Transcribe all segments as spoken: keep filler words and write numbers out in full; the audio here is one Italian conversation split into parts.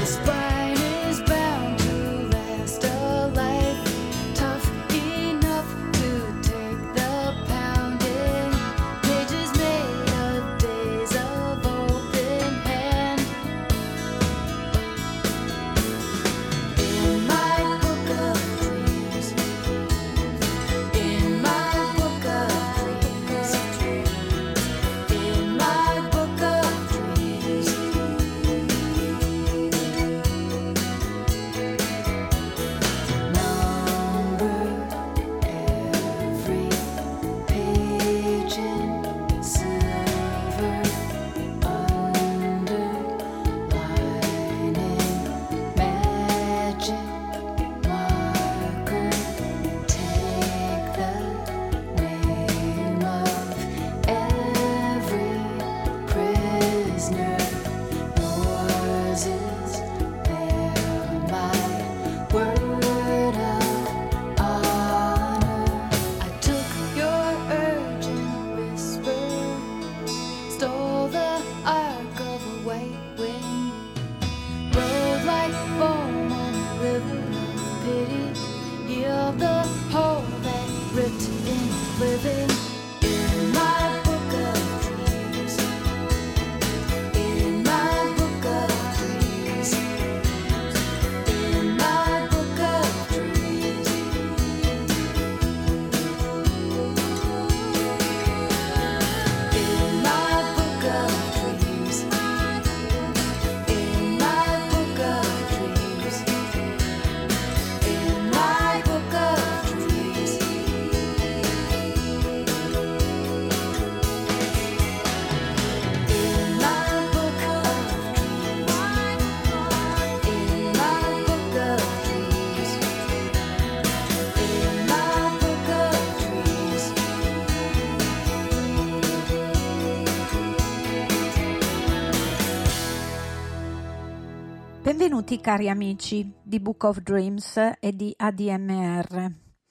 Benvenuti cari amici di Book of Dreams e di A D M R.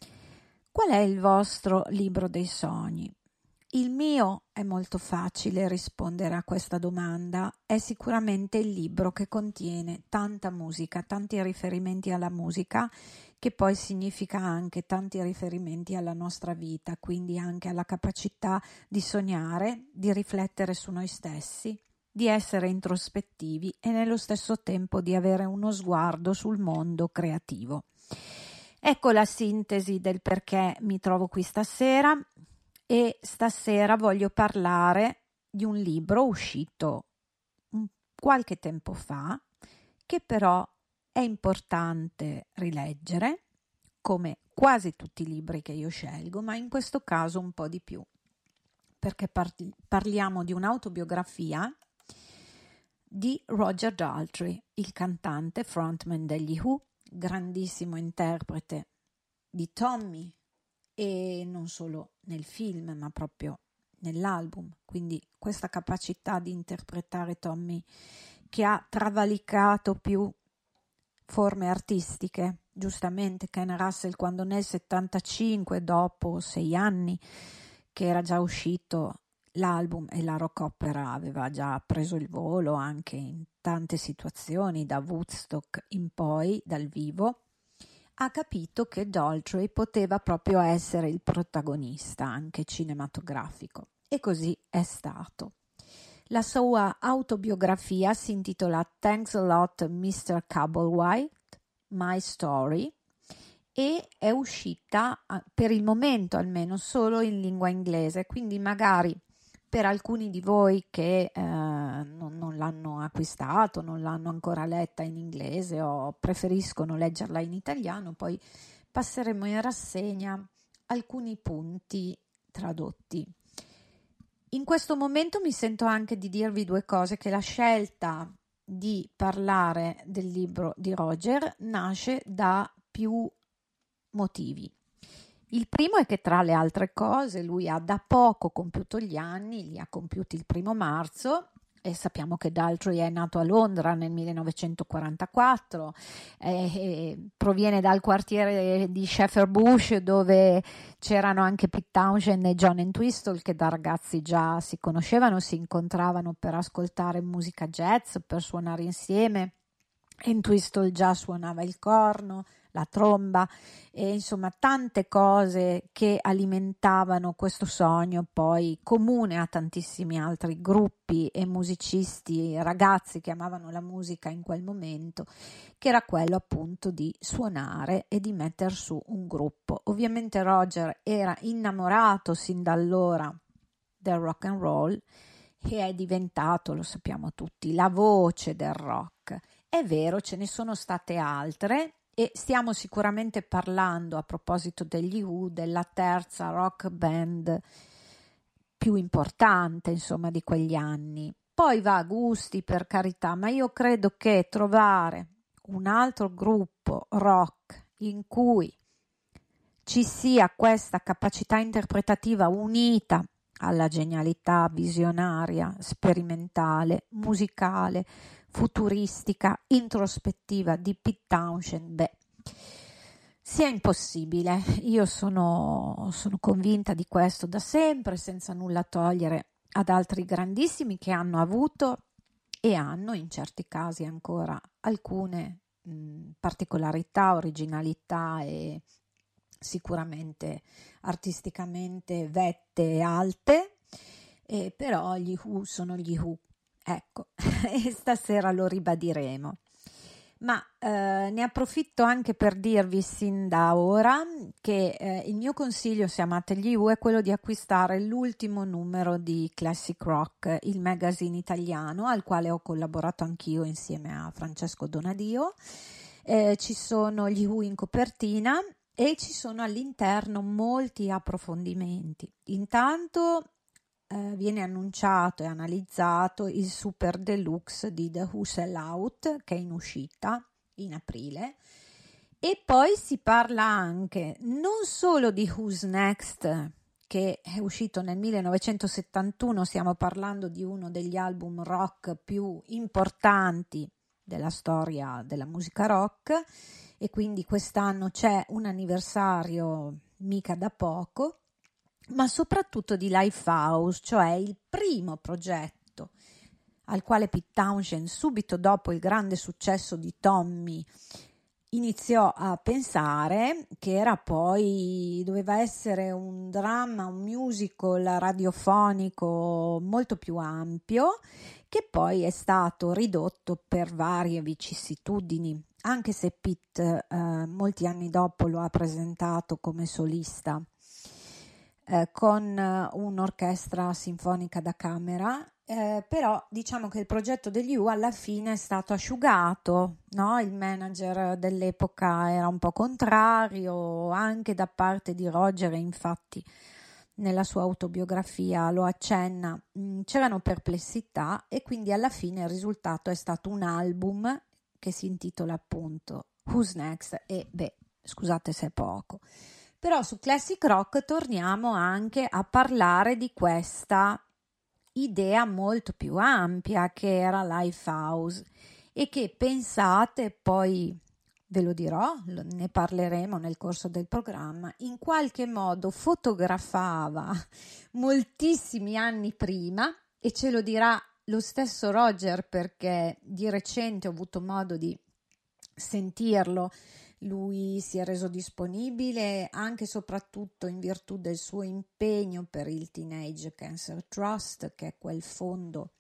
Qual è il vostro libro dei sogni? Il mio è molto facile rispondere a questa domanda, è sicuramente il libro che contiene tanta musica, tanti riferimenti alla musica, che poi significa anche tanti riferimenti alla nostra vita, quindi anche alla capacità di sognare, di riflettere su noi stessi, di essere introspettivi e nello stesso tempo di avere uno sguardo sul mondo creativo. Ecco la sintesi del perché mi trovo qui stasera, e stasera voglio parlare di un libro uscito qualche tempo fa, che però è importante rileggere, come quasi tutti i libri che io scelgo, ma in questo caso un po' di più, perché parli- parliamo di un'autobiografia di Roger Daltrey, il cantante frontman degli Who, grandissimo interprete di Tommy, e non solo nel film ma proprio nell'album, quindi questa capacità di interpretare Tommy che ha travalicato più forme artistiche. Giustamente Ken Russell, quando nel settantacinque, dopo sei anni che era già uscito l'album e la rock opera aveva già preso il volo anche in tante situazioni, da Woodstock in poi, dal vivo, ha capito che Daltrey poteva proprio essere il protagonista anche cinematografico, e così è stato. La sua autobiografia si intitola Thanks a Lot mister Cabblewhite, My Story, e è uscita per il momento almeno solo in lingua inglese, quindi magari per alcuni di voi che eh, non, non l'hanno acquistato, non l'hanno ancora letta in inglese o preferiscono leggerla in italiano, poi passeremo in rassegna alcuni punti tradotti. In questo momento mi sento anche di dirvi due cose: che la scelta di parlare del libro di Roger nasce da più motivi. Il primo è che, tra le altre cose, lui ha da poco compiuto gli anni, li ha compiuti il primo marzo, e sappiamo che Daltrey è nato a Londra nel millenovecentoquarantaquattro, eh, proviene dal quartiere di Shepherd Bush, dove c'erano anche Pete Townshend e John Entwistle, che da ragazzi già si conoscevano, si incontravano per ascoltare musica jazz, per suonare insieme Entwistle già suonava il corno, la tromba e insomma tante cose che alimentavano questo sogno poi comune a tantissimi altri gruppi e musicisti, ragazzi che amavano la musica in quel momento, che era quello appunto di suonare e di metter su un gruppo. Ovviamente Roger era innamorato sin da allora del rock and roll e è diventato, lo sappiamo tutti, la voce del rock. È vero, ce ne sono state altre e stiamo sicuramente parlando, a proposito degli Who, della terza rock band più importante, insomma, di quegli anni. Poi va a gusti, per carità, ma io credo che trovare un altro gruppo rock in cui ci sia questa capacità interpretativa unita alla genialità visionaria, sperimentale, musicale, futuristica, introspettiva di Pete Townshend, beh, sia impossibile. Io sono, sono convinta di questo da sempre, senza nulla togliere ad altri grandissimi che hanno avuto e hanno in certi casi ancora alcune mh, particolarità, originalità e sicuramente artisticamente vette alte, eh, però gli Who sono gli Who, ecco, e stasera lo ribadiremo. Ma eh, ne approfitto anche per dirvi sin da ora che eh, il mio consiglio, se amate gli Who, è quello di acquistare l'ultimo numero di Classic Rock, il magazine italiano al quale ho collaborato anch'io insieme a Francesco Donadio. Eh, ci sono gli Who in copertina e ci sono all'interno molti approfondimenti. Intanto eh, viene annunciato e analizzato il Super Deluxe di The Who Sell Out, che è in uscita in aprile, e poi si parla anche non solo di Who's Next, che è uscito nel millenovecentosettantuno, stiamo parlando di uno degli album rock più importanti della storia della musica rock, e quindi quest'anno c'è un anniversario mica da poco, ma soprattutto di Lifehouse, cioè il primo progetto al quale Pete Townshend, subito dopo il grande successo di Tommy, iniziò a pensare, che era poi, doveva essere un dramma, un musical radiofonico molto più ampio, che poi è stato ridotto per varie vicissitudini, anche se Pete eh, molti anni dopo lo ha presentato come solista eh, con un'orchestra sinfonica da camera, eh, però diciamo che il progetto degli Who alla fine è stato asciugato, no? Il manager dell'epoca era un po' contrario, anche da parte di Roger, e infatti nella sua autobiografia lo accenna, mh, c'erano perplessità, e quindi alla fine il risultato è stato un album che si intitola appunto Who's Next, e beh, scusate se è poco. Però su Classic Rock torniamo anche a parlare di questa idea molto più ampia che era Lifehouse, e che, pensate, poi ve lo dirò, ne parleremo nel corso del programma, in qualche modo fotografava moltissimi anni prima, e ce lo dirà lo stesso Roger, perché di recente ho avuto modo di sentirlo. Lui si è reso disponibile anche e soprattutto in virtù del suo impegno per il Teenage Cancer Trust, che è quel fondo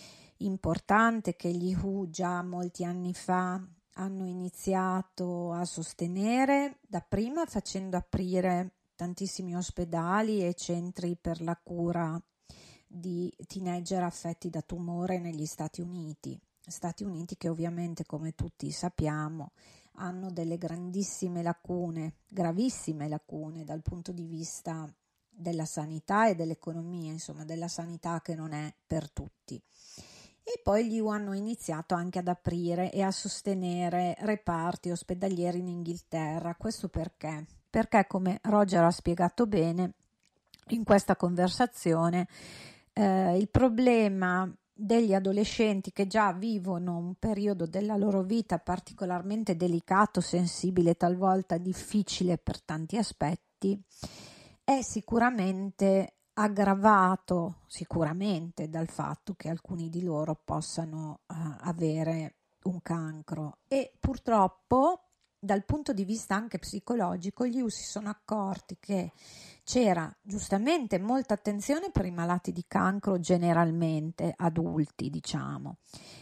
importante che gli Who già molti anni fa hanno iniziato a sostenere, dapprima facendo aprire tantissimi ospedali e centri per la cura di teenager affetti da tumore negli Stati Uniti. Stati Uniti che ovviamente, come tutti sappiamo, hanno delle grandissime lacune, gravissime lacune dal punto di vista della sanità e dell'economia, insomma della sanità che non è per tutti. E poi gli hanno iniziato anche ad aprire e a sostenere reparti ospedalieri in Inghilterra. Questo perché? Perché, come Roger ha spiegato bene in questa conversazione, eh, il problema degli adolescenti che già vivono un periodo della loro vita particolarmente delicato, sensibile, talvolta difficile per tanti aspetti, è sicuramente aggravato sicuramente dal fatto che alcuni di loro possano uh, avere un cancro e purtroppo dal punto di vista anche psicologico gli U si sono accorti che c'era giustamente molta attenzione per i malati di cancro generalmente adulti, diciamo,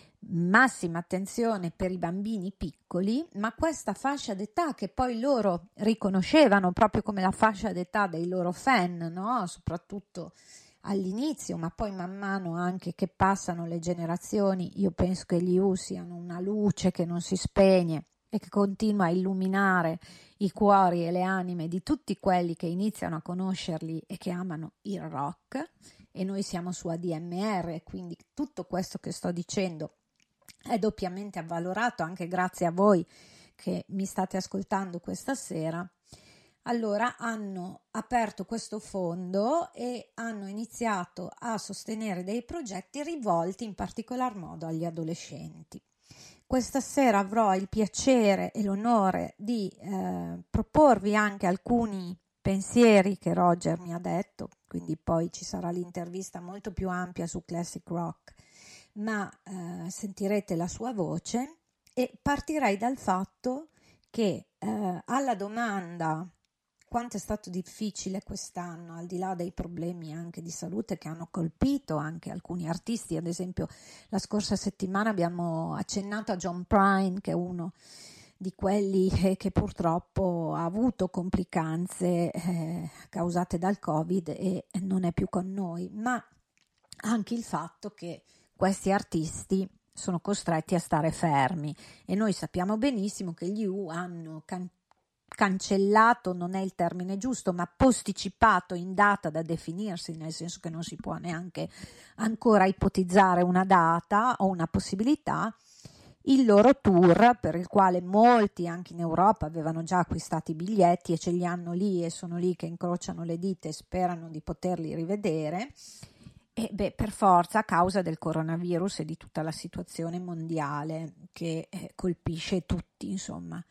massima attenzione per i bambini piccoli, ma questa fascia d'età che poi loro riconoscevano proprio come la fascia d'età dei loro fan, no? Soprattutto all'inizio, ma poi man mano anche che passano le generazioni, io penso che gli U siano una luce che non si spegne e che continua a illuminare i cuori e le anime di tutti quelli che iniziano a conoscerli e che amano il rock, e noi siamo su A D M R, quindi tutto questo che sto dicendo è doppiamente avvalorato anche grazie a voi che mi state ascoltando questa sera. Allora hanno aperto questo fondo e hanno iniziato a sostenere dei progetti rivolti in particolar modo agli adolescenti. Questa sera avrò il piacere e l'onore di eh, proporvi anche alcuni pensieri che Roger mi ha detto, quindi poi ci sarà l'intervista molto più ampia su classic rock, ma eh, sentirete la sua voce e partirei dal fatto che eh, alla domanda quanto è stato difficile quest'anno, al di là dei problemi anche di salute che hanno colpito anche alcuni artisti. Ad esempio, la scorsa settimana abbiamo accennato a John Prine, che è uno di quelli che purtroppo ha avuto complicanze eh, causate dal Covid e non è più con noi, ma anche il fatto che questi artisti sono costretti a stare fermi e noi sappiamo benissimo che gli U hanno can- cancellato, non è il termine giusto, ma posticipato in data da definirsi, nel senso che non si può neanche ancora ipotizzare una data o una possibilità, il loro tour, per il quale molti anche in Europa avevano già acquistato i biglietti e ce li hanno lì e sono lì che incrociano le dita e sperano di poterli rivedere. E beh, per forza a causa del coronavirus e di tutta la situazione mondiale che eh, colpisce tutti, insomma.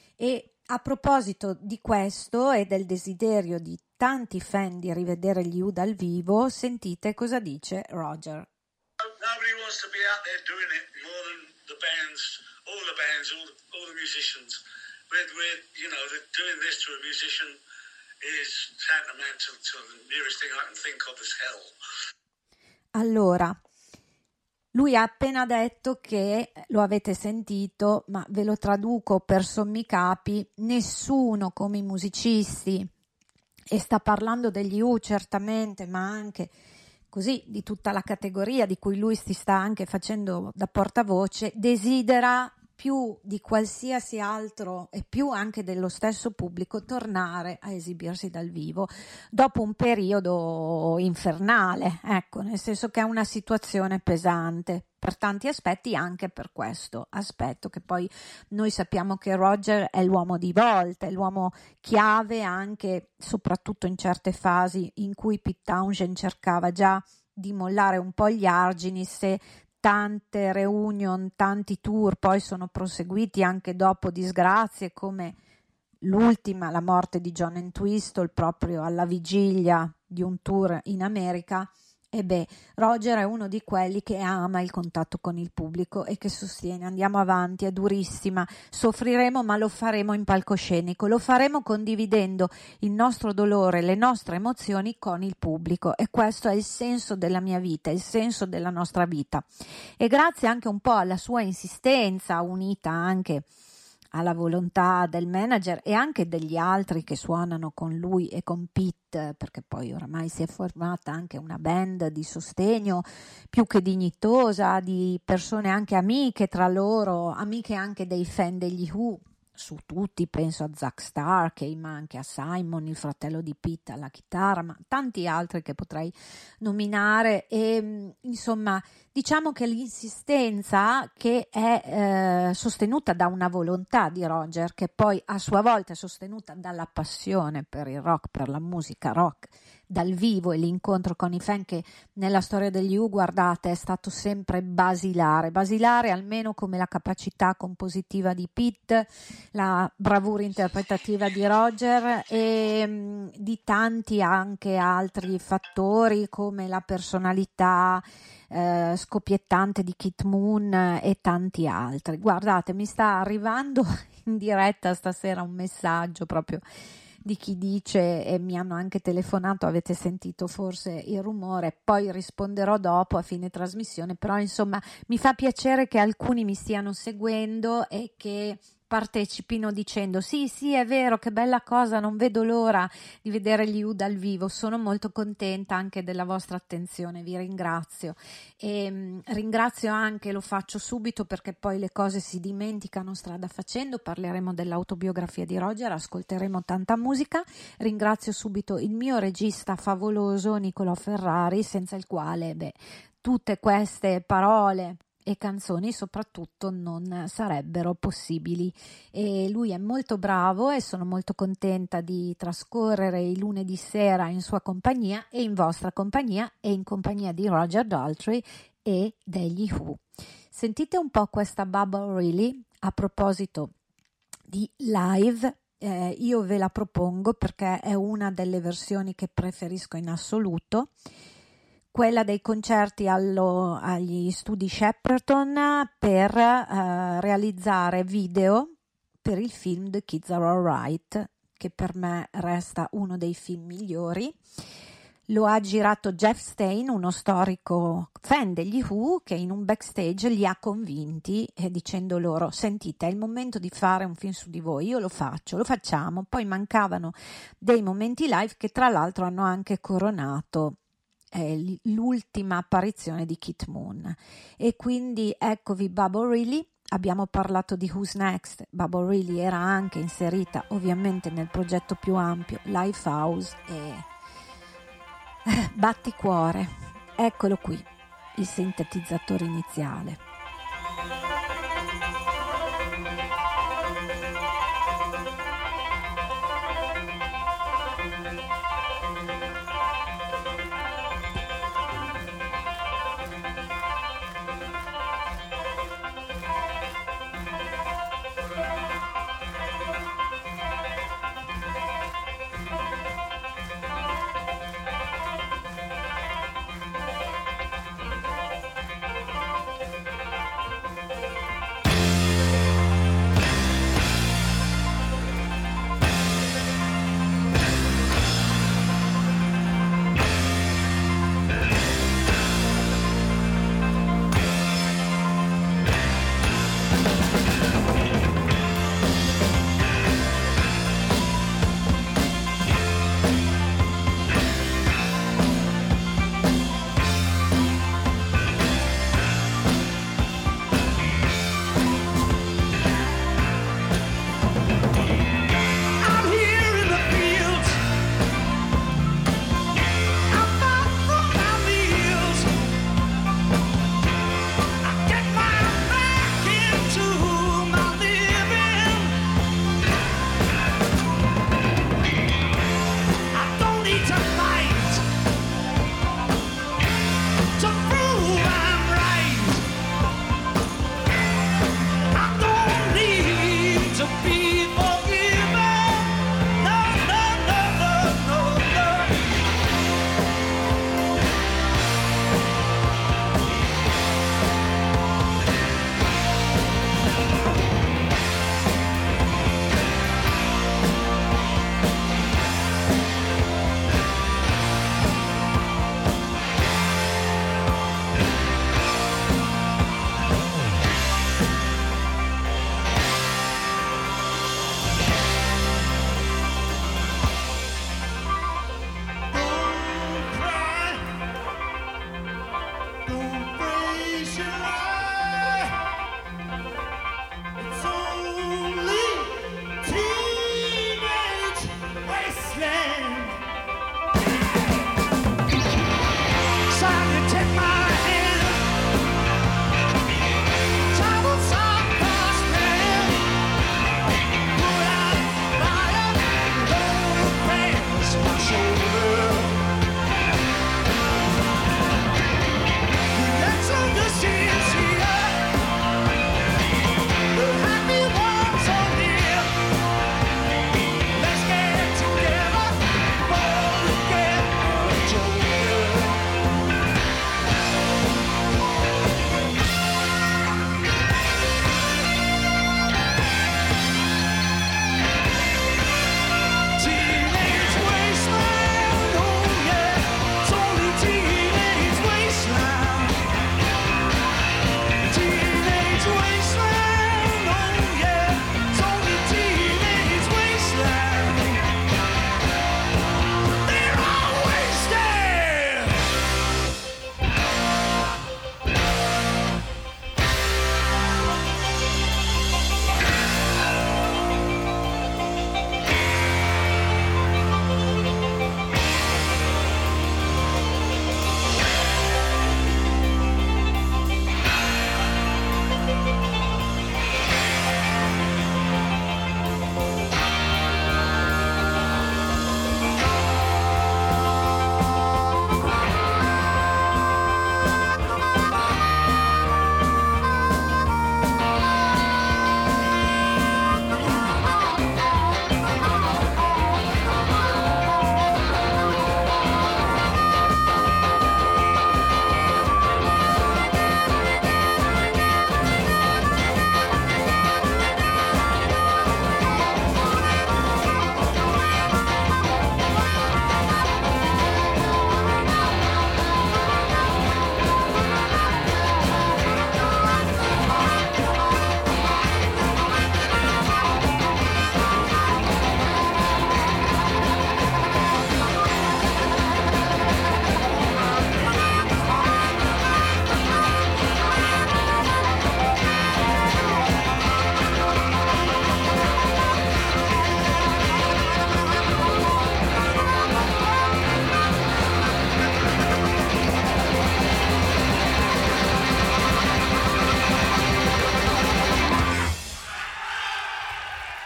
E a proposito di questo e del desiderio di tanti fan di rivedere gli U dal vivo, sentite cosa dice Roger. Nobody wants to be out there doing it more than the bands, all the bands, all the, all the musicians. We're, we're, you know, doing this to a musician is tantamount to the nearest thing I can think of is hell. Allora, lui ha appena detto che, lo avete sentito, ma ve lo traduco per sommi capi, nessuno come i musicisti, e sta parlando degli U certamente, ma anche così di tutta la categoria di cui lui si sta anche facendo da portavoce, desidera più di qualsiasi altro e più anche dello stesso pubblico tornare a esibirsi dal vivo dopo un periodo infernale, ecco, nel senso che è una situazione pesante per tanti aspetti, anche per questo aspetto che poi noi sappiamo che Roger è l'uomo di volta, è l'uomo chiave anche soprattutto in certe fasi in cui Pete Townshend cercava già di mollare un po' gli argini, se tante reunion, tanti tour poi sono proseguiti anche dopo disgrazie come l'ultima, la morte di John Entwistle proprio alla vigilia di un tour in America. E beh, Roger è uno di quelli che ama il contatto con il pubblico e che sostiene andiamo avanti, è durissima, soffriremo ma lo faremo in palcoscenico, lo faremo condividendo il nostro dolore, le nostre emozioni con il pubblico, e questo è il senso della mia vita, il senso della nostra vita. E grazie anche un po' alla sua insistenza, unita anche alla volontà del manager e anche degli altri che suonano con lui e con Pete, perché poi oramai si è formata anche una band di sostegno più che dignitosa, di persone anche amiche tra loro, amiche anche dei fan degli Who, su tutti penso a Zack Starkey, ma anche a Simon, il fratello di Pete alla chitarra, ma tanti altri che potrei nominare. E insomma, diciamo che l'insistenza che è eh, sostenuta da una volontà di Roger, che poi a sua volta è sostenuta dalla passione per il rock, per la musica rock dal vivo, e l'incontro con i fan che nella storia degli U, guardate, è stato sempre basilare, basilare almeno come la capacità compositiva di Pete, la bravura interpretativa di Roger e mh, di tanti anche altri fattori come la personalità, eh, Scoppiettante di Keith Moon e tanti altri. Guardate, mi sta arrivando in diretta stasera un messaggio proprio di chi dice, e mi hanno anche telefonato, avete sentito forse il rumore, poi risponderò dopo a fine trasmissione, però insomma mi fa piacere che alcuni mi stiano seguendo e che partecipino dicendo sì sì è vero, che bella cosa, non vedo l'ora di vedere gli U dal vivo, sono molto contenta anche della vostra attenzione, vi ringrazio e mh, ringrazio anche, lo faccio subito perché poi le cose si dimenticano strada facendo, parleremo dell'autobiografia di Roger, ascolteremo tanta musica, ringrazio subito il mio regista favoloso Nicolò Ferrari, senza il quale beh, tutte queste parole e canzoni soprattutto non sarebbero possibili, e lui è molto bravo e sono molto contenta di trascorrere i lunedì sera in sua compagnia e in vostra compagnia e in compagnia di Roger Daltrey e degli Who. Sentite un po' questa Bubble Really a proposito di live. Eh, io ve la propongo perché è una delle versioni che preferisco in assoluto, quella dei concerti allo, agli studi Shepperton per eh, realizzare video per il film The Kids Are Alright, che per me resta uno dei film migliori. Lo ha girato Jeff Stein, uno storico fan degli Who, che in un backstage li ha convinti eh, dicendo loro: sentite, è il momento di fare un film su di voi, io lo faccio, lo facciamo. Poi mancavano dei momenti live che tra l'altro hanno anche coronato eh, l'ultima apparizione di Keith Moon, e quindi eccovi Bubble Really. Abbiamo parlato di Who's Next. Bubble Really era anche inserita ovviamente nel progetto più ampio Lifehouse e Batticuore, eccolo qui, il sintetizzatore iniziale.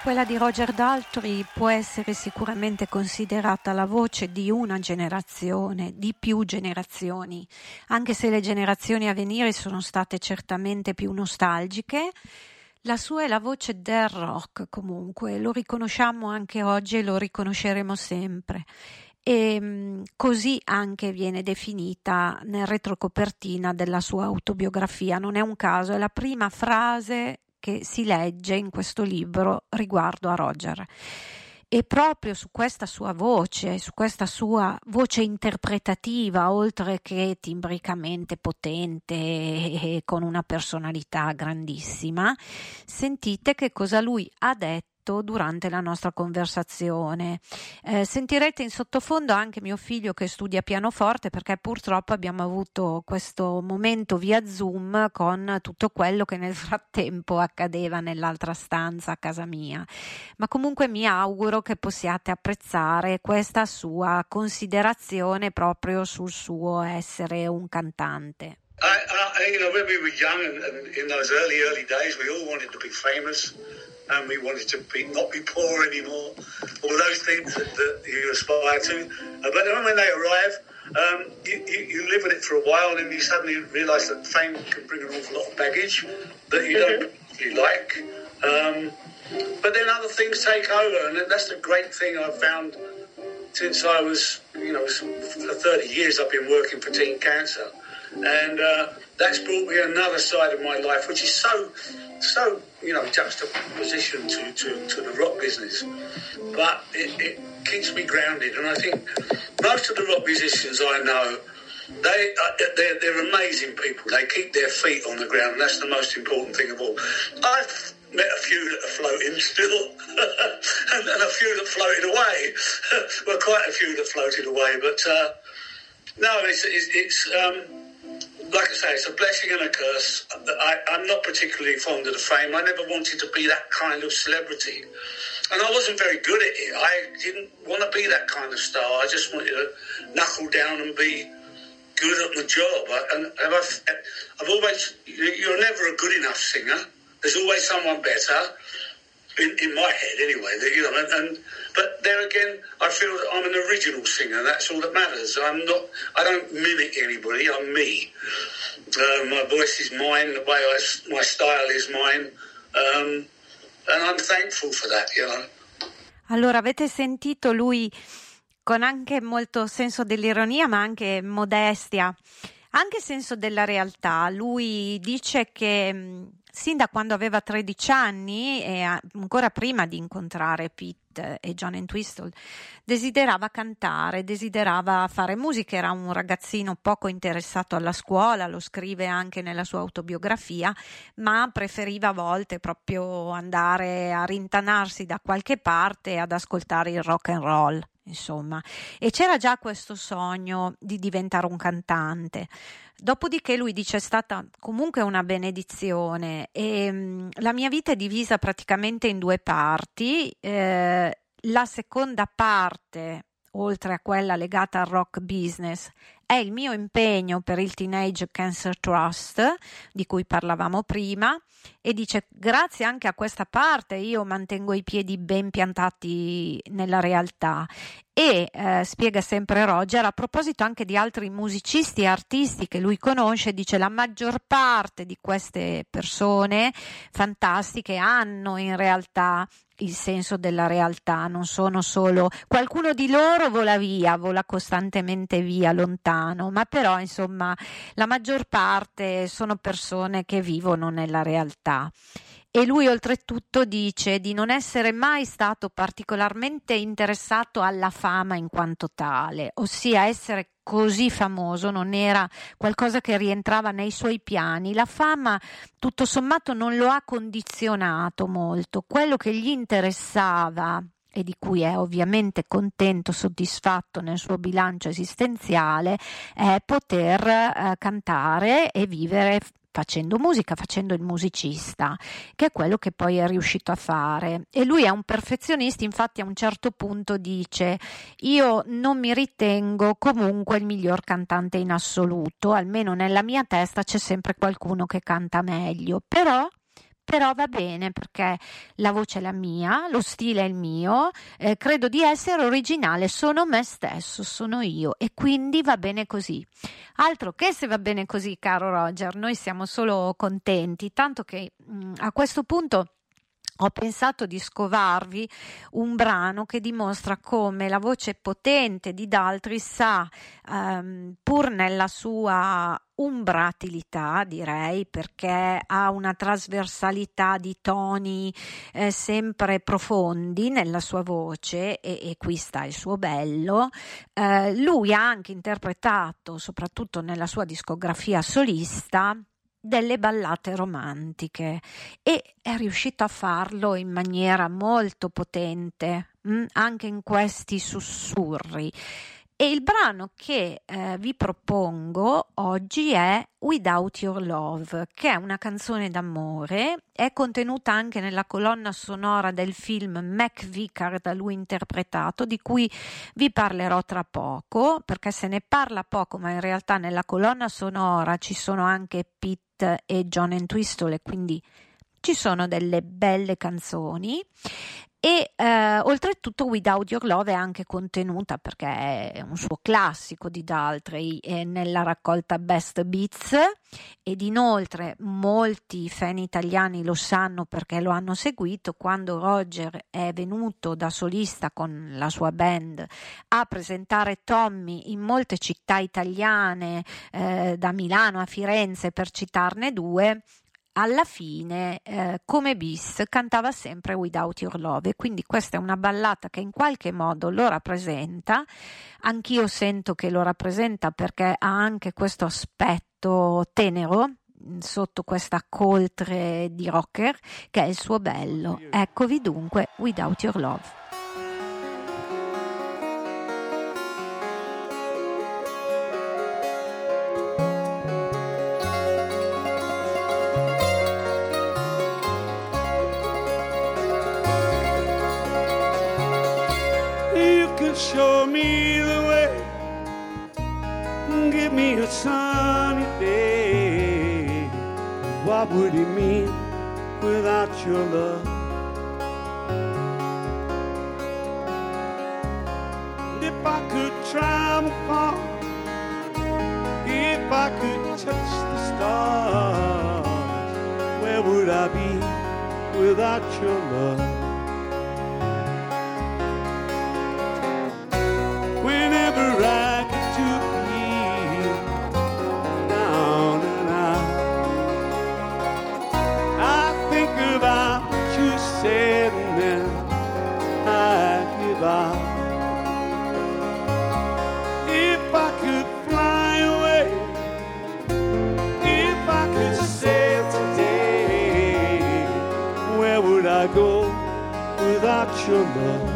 Quella di Roger Daltrey può essere sicuramente considerata la voce di una generazione, di più generazioni, anche se le generazioni a venire sono state certamente più nostalgiche. La sua è la voce del rock, comunque, lo riconosciamo anche oggi e lo riconosceremo sempre. E così anche viene definita nel retrocopertina della sua autobiografia. Non è un caso, è la prima frase che si legge in questo libro riguardo a Roger. E proprio su questa sua voce, su questa sua voce interpretativa, oltre che timbricamente potente e con una personalità grandissima, sentite che cosa lui ha detto durante la nostra conversazione. Eh, sentirete in sottofondo anche mio figlio che studia pianoforte, perché purtroppo abbiamo avuto questo momento via Zoom con tutto quello che nel frattempo accadeva nell'altra stanza a casa mia. Ma comunque mi auguro che possiate apprezzare questa sua considerazione proprio sul suo essere un cantante. I, I, you know, when we were young and, and in those early, early days, we all wanted to be famous. And we wanted to be not be poor anymore, all those things that, that you aspire to. Uh, but then when they arrive, um, you, you, you live with it for a while, and then you suddenly realise that fame can bring an awful lot of baggage that you mm-hmm. don't really like. Um, but then other things take over, and that's the great thing I've found since I was, you know, for thirty years I've been working for Teen Cancer, and uh, that's brought me another side of my life, which is so. so, you know, juxtaposition to, to, to the rock business. But it, it keeps me grounded. And I think most of the rock musicians I know, they, uh, they're, they're amazing people. They keep their feet on the ground, and that's the most important thing of all. I've met a few that are floating still, and, and a few that floated away. Well, quite a few that floated away. But, uh, no, it's... it's, it's um, like I say, it's a blessing and a curse. I, I'm not particularly fond of the fame. I never wanted to be that kind of celebrity. And I wasn't very good at it. I didn't want to be that kind of star. I just wanted to knuckle down and be good at my job. I, and, and I've, I've always... You're never a good enough singer. There's always someone better. In, in my head, anyway. You know, and, and but there again, I feel that I'm an original singer. That's all that matters. I'm not. I don't mimic anybody. I'm me. Uh, my voice is mine. The way I, my style is mine, um, and I'm thankful for that. You know. Allora, avete sentito lui con anche molto senso dell'ironia, ma anche modestia, anche senso della realtà. Lui dice che sin da quando aveva tredici anni e ancora prima di incontrare Pete e John Entwistle desiderava cantare, desiderava fare musica, era un ragazzino poco interessato alla scuola, lo scrive anche nella sua autobiografia, ma preferiva a volte proprio andare a rintanarsi da qualche parte e ad ascoltare il rock and roll. Insomma, e c'era già questo sogno di diventare un cantante. Dopodiché lui dice: è stata comunque una benedizione e mh, la mia vita è divisa praticamente in due parti. Eh, la seconda parte, oltre a quella legata al rock business, è il mio impegno per il Teenage Cancer Trust, di cui parlavamo prima, e dice: grazie anche a questa parte io mantengo i piedi ben piantati nella realtà. E eh, spiega sempre Roger, a proposito anche di altri musicisti e artisti che lui conosce, dice: la maggior parte di queste persone fantastiche hanno in realtà il senso della realtà, non sono solo, qualcuno di loro vola via, vola costantemente via, lontano, ma però insomma la maggior parte sono persone che vivono nella realtà. E lui oltretutto dice di non essere mai stato particolarmente interessato alla fama in quanto tale, ossia essere così famoso non era qualcosa che rientrava nei suoi piani. La fama tutto sommato non lo ha condizionato molto. Quello che gli interessava e di cui è ovviamente contento, soddisfatto nel suo bilancio esistenziale, è poter eh, cantare e vivere facendo musica, facendo il musicista, che è quello che poi è riuscito a fare. E lui è un perfezionista, infatti a un certo punto dice: io non mi ritengo comunque il miglior cantante in assoluto, almeno nella mia testa c'è sempre qualcuno che canta meglio, però però va bene perché la voce è la mia, lo stile è il mio, eh, credo di essere originale, sono me stesso, sono io e quindi va bene così. Altro che se va bene così, caro Roger, noi siamo solo contenti, tanto che mh, a questo punto ho pensato di scovarvi un brano che dimostra come la voce potente di Daltrey sa, ehm, pur nella sua umbratilità, direi, perché ha una trasversalità di toni eh, sempre profondi nella sua voce e, e qui sta il suo bello. Eh, lui ha anche interpretato, soprattutto nella sua discografia solista, delle ballate romantiche e è riuscito a farlo in maniera molto potente, mh, anche in questi sussurri. E il brano che eh, vi propongo oggi è Without Your Love, che è una canzone d'amore, è contenuta anche nella colonna sonora del film Mac Vicar da lui interpretato, di cui vi parlerò tra poco, perché se ne parla poco, ma in realtà nella colonna sonora ci sono anche Pete e John Entwistle e quindi ci sono delle belle canzoni. E eh, oltretutto Without Your Love è anche contenuta, perché è un suo classico di Daltrey, è nella raccolta Best Beats, ed inoltre molti fan italiani lo sanno perché lo hanno seguito quando Roger è venuto da solista con la sua band a presentare Tommy in molte città italiane, eh, da Milano a Firenze per citarne due. Alla fine eh, come bis cantava sempre Without Your Love e quindi questa è una ballata che in qualche modo lo rappresenta. Anch'io sento che lo rappresenta perché ha anche questo aspetto tenero sotto questa coltre di rocker che è il suo bello. Eccovi dunque Without Your Love. Show me the way, give me a sunny day. What would it mean without your love? And if I could travel far, if I could touch the stars, where would I be without your love? Whenever I get to be down and out, I think about what you said and then I give out. If I could fly away, if I could sail today, where would I go without your love?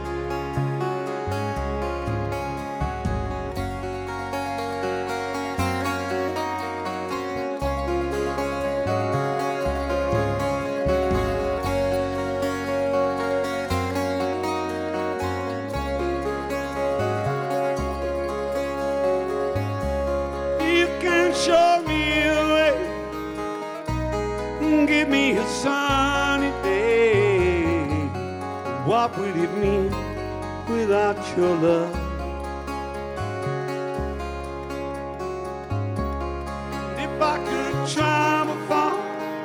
Give me a sunny day. What would it mean without your love? If I could travel far,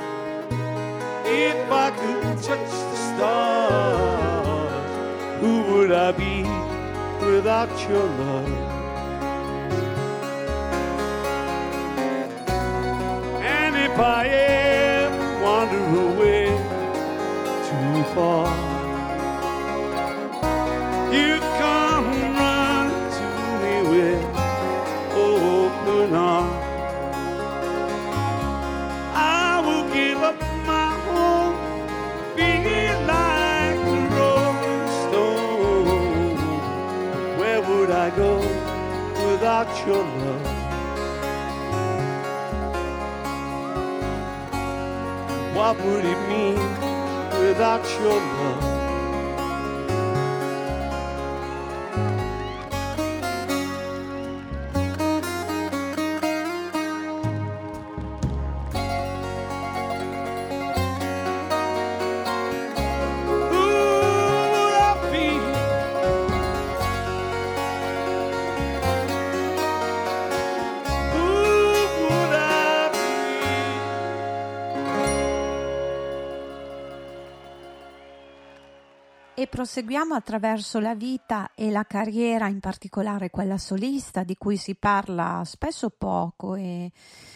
if I could touch the stars, who would I be without your love? And if I ever wander away too far, you come running to me with open arms. I will give up my home, be like a rolling stone. Where would I go without your love? What would it mean without your love? E proseguiamo attraverso la vita e la carriera, in particolare quella solista, di cui si parla spesso poco e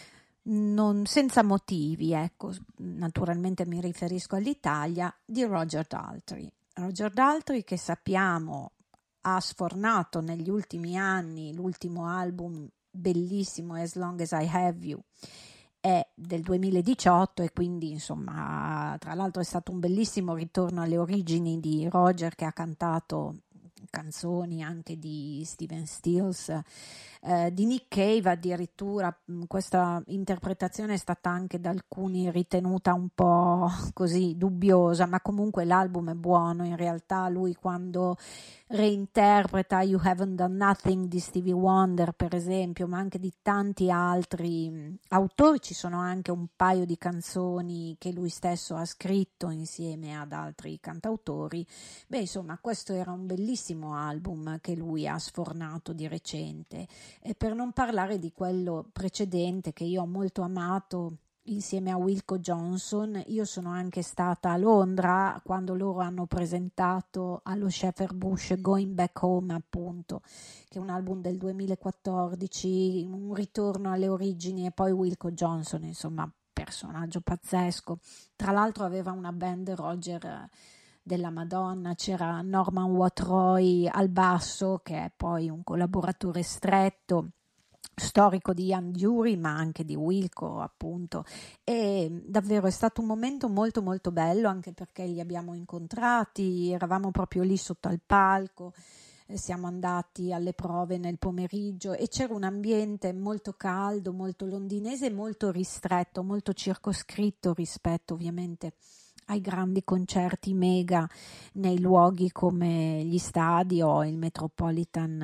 non, senza motivi, ecco, naturalmente mi riferisco all'Italia, di Roger Daltrey. Roger Daltrey, che sappiamo ha sfornato negli ultimi anni l'ultimo album bellissimo, As Long As I Have You, è del duemiladiciotto e quindi insomma tra l'altro è stato un bellissimo ritorno alle origini di Roger, che ha cantato canzoni anche di Steven Stills, eh, di Nick Cave addirittura. Questa interpretazione è stata anche da alcuni ritenuta un po' così dubbiosa, ma comunque l'album è buono. In realtà lui, quando reinterpreta You Haven't Done Nothing di Stevie Wonder per esempio, ma anche di tanti altri autori, ci sono anche un paio di canzoni che lui stesso ha scritto insieme ad altri cantautori. Beh, insomma, questo era un bellissimo album che lui ha sfornato di recente, e per non parlare di quello precedente che io ho molto amato insieme a Wilco Johnson. Io sono anche stata a Londra quando loro hanno presentato allo Shepherd Bush Going Back Home, appunto, che è un album del duemilaquattordici, un ritorno alle origini. E poi Wilco Johnson, insomma, personaggio pazzesco. Tra l'altro aveva una band, Roger, della Madonna. C'era Norman Watt-Roy al basso, che è poi un collaboratore stretto, storico di Ian Dury, ma anche di Wilco, appunto. E davvero è stato un momento molto molto bello, anche perché li abbiamo incontrati, eravamo proprio lì sotto al palco, eh, siamo andati alle prove nel pomeriggio e c'era un ambiente molto caldo, molto londinese, molto ristretto, molto circoscritto rispetto ovviamente ai grandi concerti mega nei luoghi come gli stadi o il Metropolitan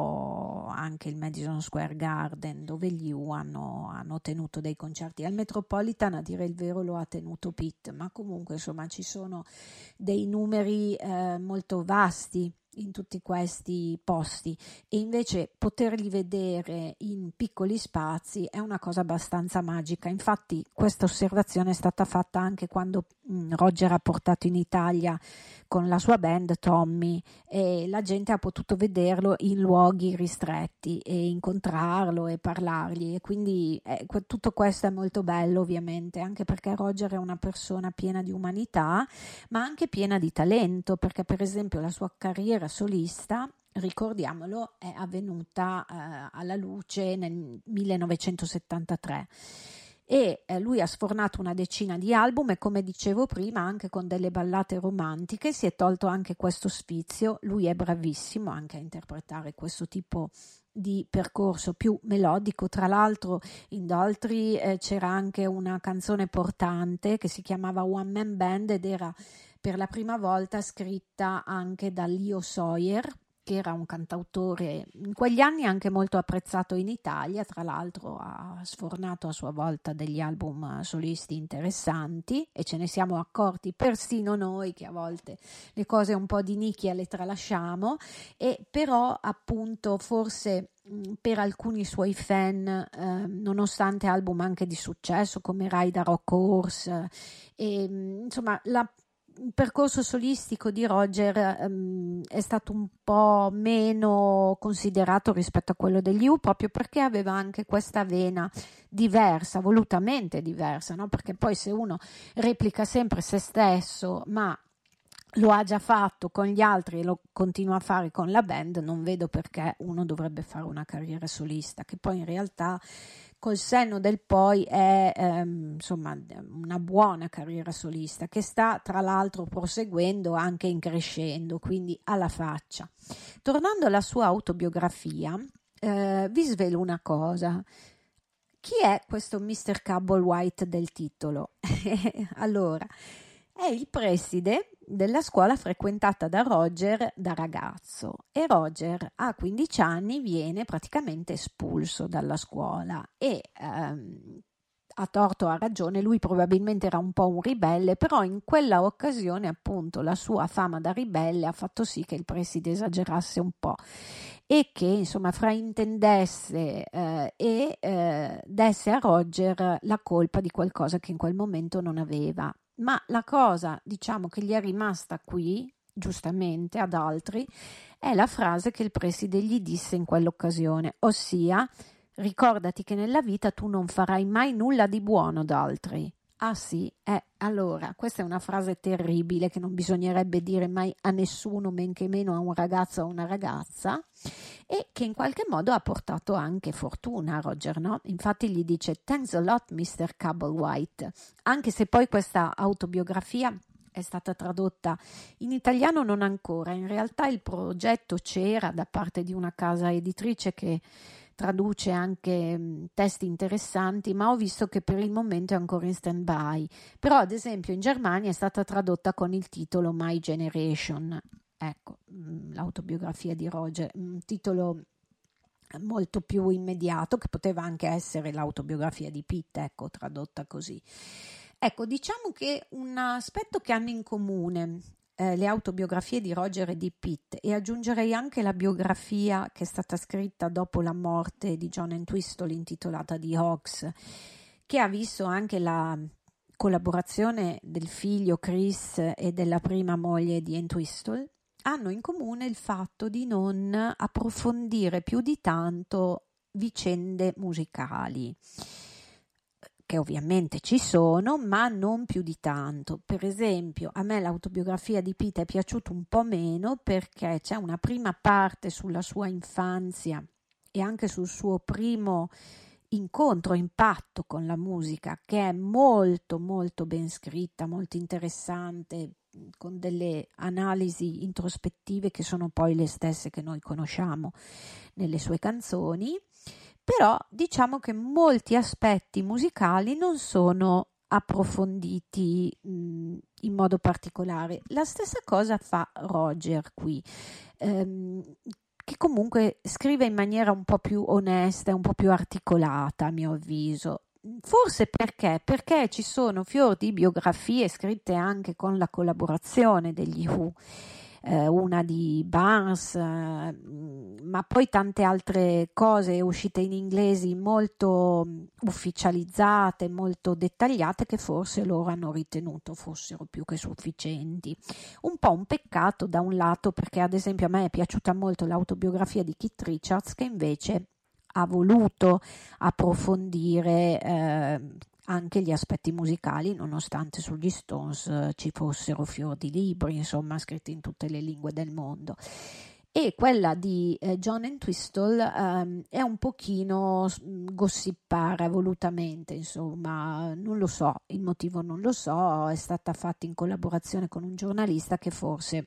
o anche il Madison Square Garden, dove gli U hanno, hanno tenuto dei concerti. Al Metropolitan, a dire il vero, lo ha tenuto Pete, ma comunque insomma ci sono dei numeri eh, molto vasti in tutti questi posti, e invece poterli vedere in piccoli spazi è una cosa abbastanza magica. Infatti questa osservazione è stata fatta anche quando mh, Roger ha portato in Italia con la sua band Tommy, e la gente ha potuto vederlo in luoghi ristretti e incontrarlo e parlargli, e quindi eh, tutto questo è molto bello, ovviamente, anche perché Roger è una persona piena di umanità ma anche piena di talento, perché per esempio la sua carriera solista, ricordiamolo, è avvenuta eh, alla luce nel millenovecentosettantatré, e eh, lui ha sfornato una decina di album e, come dicevo prima, anche con delle ballate romantiche. Si è tolto anche questo sfizio. Lui è bravissimo anche a interpretare questo tipo di percorso più melodico. Tra l'altro in Daltrey eh, c'era anche una canzone portante che si chiamava One Man Band ed era per la prima volta scritta anche da Leo Sawyer, che era un cantautore in quegli anni anche molto apprezzato in Italia. Tra l'altro ha sfornato a sua volta degli album solisti interessanti, e ce ne siamo accorti persino noi che a volte le cose un po' di nicchia le tralasciamo, e però appunto forse per alcuni suoi fan, eh, nonostante album anche di successo come Ride a Rock Horse, e, insomma la il percorso solistico di Roger um, è stato un po' meno considerato rispetto a quello degli U, proprio perché aveva anche questa vena diversa, volutamente diversa, no? Perché poi se uno replica sempre se stesso, ma lo ha già fatto con gli altri e lo continua a fare con la band, non vedo perché uno dovrebbe fare una carriera solista, che poi in realtà col senno del poi è ehm, insomma una buona carriera solista, che sta tra l'altro proseguendo anche in crescendo, quindi alla faccia. Tornando alla sua autobiografia, eh, vi svelo una cosa. Chi è questo mister Cable White del titolo? Allora, è il preside della scuola frequentata da Roger da ragazzo, e Roger a quindici anni viene praticamente espulso dalla scuola e ehm, a torto o a ragione lui probabilmente era un po' un ribelle, però in quella occasione appunto la sua fama da ribelle ha fatto sì che il preside esagerasse un po' e che insomma fraintendesse eh, e eh, desse a Roger la colpa di qualcosa che in quel momento non aveva. Ma la cosa, diciamo, che gli è rimasta qui giustamente ad altri, è la frase che il preside gli disse in quell'occasione, ossia: ricordati che nella vita tu non farai mai nulla di buono da altri. Ah sì, eh, allora, questa è una frase terribile che non bisognerebbe dire mai a nessuno, men che meno a un ragazzo o a una ragazza, e che in qualche modo ha portato anche fortuna a Roger, no? Infatti gli dice "Thanks a lot, mister Cabblewhite", anche se poi questa autobiografia è stata tradotta in italiano non ancora. In realtà il progetto c'era da parte di una casa editrice che traduce anche mh, testi interessanti, ma ho visto che per il momento è ancora in stand-by. Però ad esempio in Germania è stata tradotta con il titolo My Generation. Ecco, mh, l'autobiografia di Roger, un titolo molto più immediato, che poteva anche essere l'autobiografia di Pete, ecco, tradotta così. Ecco, diciamo che un aspetto che hanno in comune eh, le autobiografie di Roger e di Pete, e aggiungerei anche la biografia che è stata scritta dopo la morte di John Entwistle, intitolata The Hoax, che ha visto anche la collaborazione del figlio Chris e della prima moglie di Entwistle, hanno in comune il fatto di non approfondire più di tanto vicende musicali, che ovviamente ci sono, ma non più di tanto. Per esempio, a me l'autobiografia di Pete è piaciuta un po' meno perché c'è una prima parte sulla sua infanzia e anche sul suo primo incontro, impatto con la musica, che è molto molto ben scritta, molto interessante, con delle analisi introspettive che sono poi le stesse che noi conosciamo nelle sue canzoni. Però diciamo che molti aspetti musicali non sono approfonditi mh, in modo particolare. La stessa cosa fa Roger qui, ehm, che comunque scrive in maniera un po' più onesta e un po' più articolata, a mio avviso. Forse perché? Perché ci sono fior di biografie scritte anche con la collaborazione degli Who, eh, una di Barnes, eh, ma poi tante altre cose uscite in inglesi molto ufficializzate, molto dettagliate, che forse loro hanno ritenuto fossero più che sufficienti. Un po' un peccato da un lato, perché ad esempio a me è piaciuta molto l'autobiografia di Keith Richards, che invece ha voluto approfondire eh, anche gli aspetti musicali, nonostante sugli Stones eh, ci fossero fior di libri, insomma, scritti in tutte le lingue del mondo. E quella di eh, John Entwistle ehm, è un pochino gossipara volutamente, insomma, non lo so, il motivo non lo so, è stata fatta in collaborazione con un giornalista che forse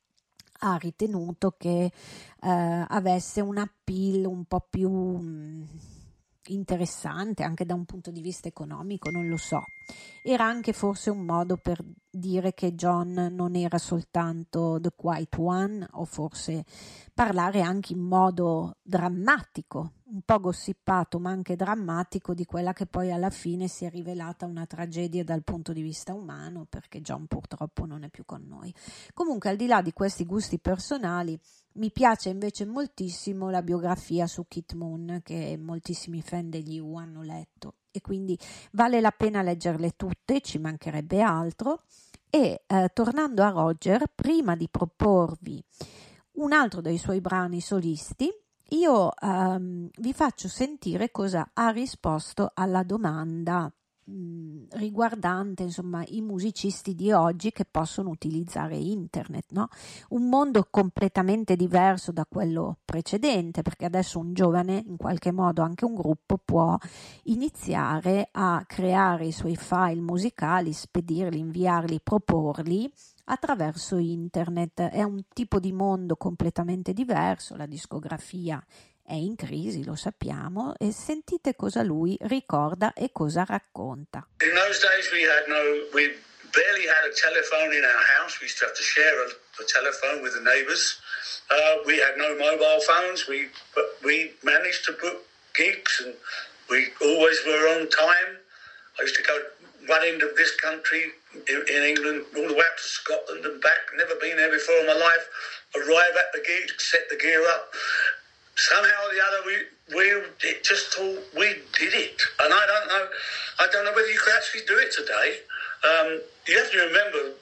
ha ritenuto che eh, avesse un appeal un po' più mh, interessante anche da un punto di vista economico, non lo so. Era anche forse un modo per dire che John non era soltanto The Quiet One, o forse parlare anche in modo drammatico, un po' gossipato ma anche drammatico, di quella che poi alla fine si è rivelata una tragedia dal punto di vista umano, perché John purtroppo non è più con noi. Comunque, al di là di questi gusti personali, mi piace invece moltissimo la biografia su Keith Moon, che moltissimi fan degli Who hanno letto, e quindi vale la pena leggerle tutte, ci mancherebbe altro. E eh, tornando a Roger, prima di proporvi un altro dei suoi brani solisti, io ehm, vi faccio sentire cosa ha risposto alla domanda mh, riguardante, insomma, i musicisti di oggi che possono utilizzare internet, no? Un mondo completamente diverso da quello precedente, perché adesso un giovane, in qualche modo anche un gruppo, può iniziare a creare i suoi file musicali, spedirli, inviarli, proporli attraverso internet. È un tipo di mondo completamente diverso, la discografia è in crisi, lo sappiamo, e sentite cosa lui ricorda e cosa racconta. In those days we had no, we barely had a telephone in our house. We used to have to share a, a telephone with the neighbours. Uh, we had no mobile phones. We but we managed to book gigs, and we always were on time. I used to go run into this country in, in England, all the way up to Scotland and back. Never been there before in my life. Arrive at the gig, set the gear up. Somehow or the other, we we it just thought we did it, and I don't know, I don't know whether you could actually do it today. Um, you have to remember what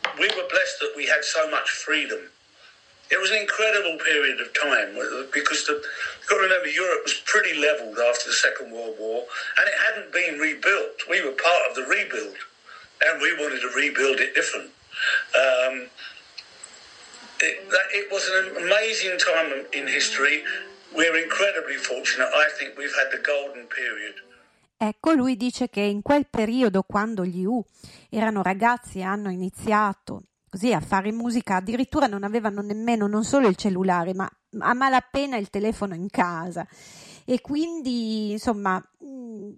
we were blessed that we had so much freedom. It was an incredible period of time because the, you've got to remember Europe was pretty leveled after the Second World War and it hadn't been rebuilt. We were part of the rebuild and we wanted to rebuild it different. Um, it, that, it was an amazing time in history. We're incredibly fortunate. I think we've had the golden period. Ecco, lui dice che in quel periodo, quando gli U erano ragazzi e hanno iniziato così a fare musica, addirittura non avevano nemmeno non solo il cellulare, ma a malapena il telefono in casa, e quindi insomma mh,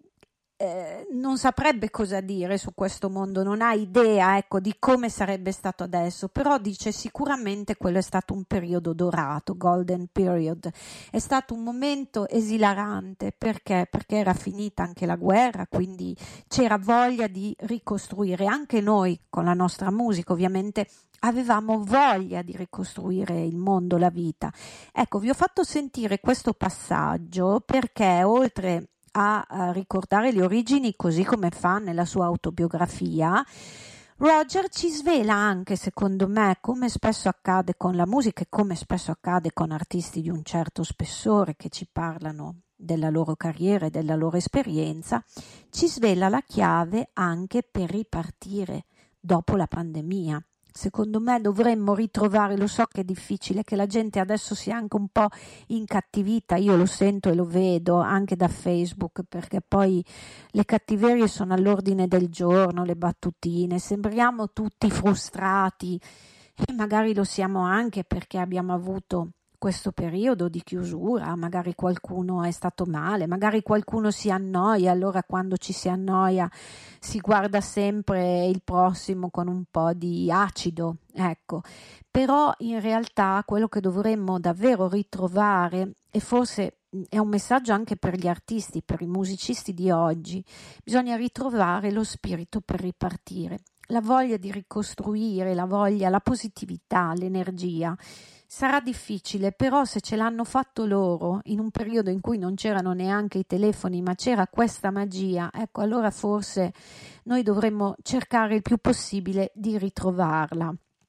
eh, non saprebbe cosa dire su questo mondo, non ha idea, ecco, di come sarebbe stato adesso, però dice sicuramente quello è stato un periodo dorato, golden period, è stato un momento esilarante. Perché? Perché era finita anche la guerra, quindi c'era voglia di ricostruire, anche noi con la nostra musica ovviamente avevamo voglia di ricostruire il mondo, la vita. Ecco, vi ho fatto sentire questo passaggio perché oltre a, a ricordare le origini, così come fa nella sua autobiografia, Roger ci svela anche, secondo me, come spesso accade con la musica e come spesso accade con artisti di un certo spessore che ci parlano della loro carriera e della loro esperienza, ci svela la chiave anche per ripartire dopo la pandemia. Secondo me dovremmo ritrovare, lo so che è difficile, che la gente adesso sia anche un po' incattivita, io lo sento e lo vedo anche da Facebook, perché poi le cattiverie sono all'ordine del giorno, le battutine, sembriamo tutti frustrati e magari lo siamo anche perché abbiamo avuto questo periodo di chiusura, magari qualcuno è stato male, magari qualcuno si annoia, allora quando ci si annoia si guarda sempre il prossimo con un po' di acido, ecco. Però in realtà quello che dovremmo davvero ritrovare, e forse è un messaggio anche per gli artisti, per i musicisti di oggi, bisogna ritrovare lo spirito per ripartire, la voglia di ricostruire, la voglia, la positività, l'energia. Sarà difficile, però se ce l'hanno fatto loro in un periodo in cui non c'erano neanche i telefoni, ma c'era questa magia, ecco, allora forse noi dovremmo cercare il più possibile di ritrovarla.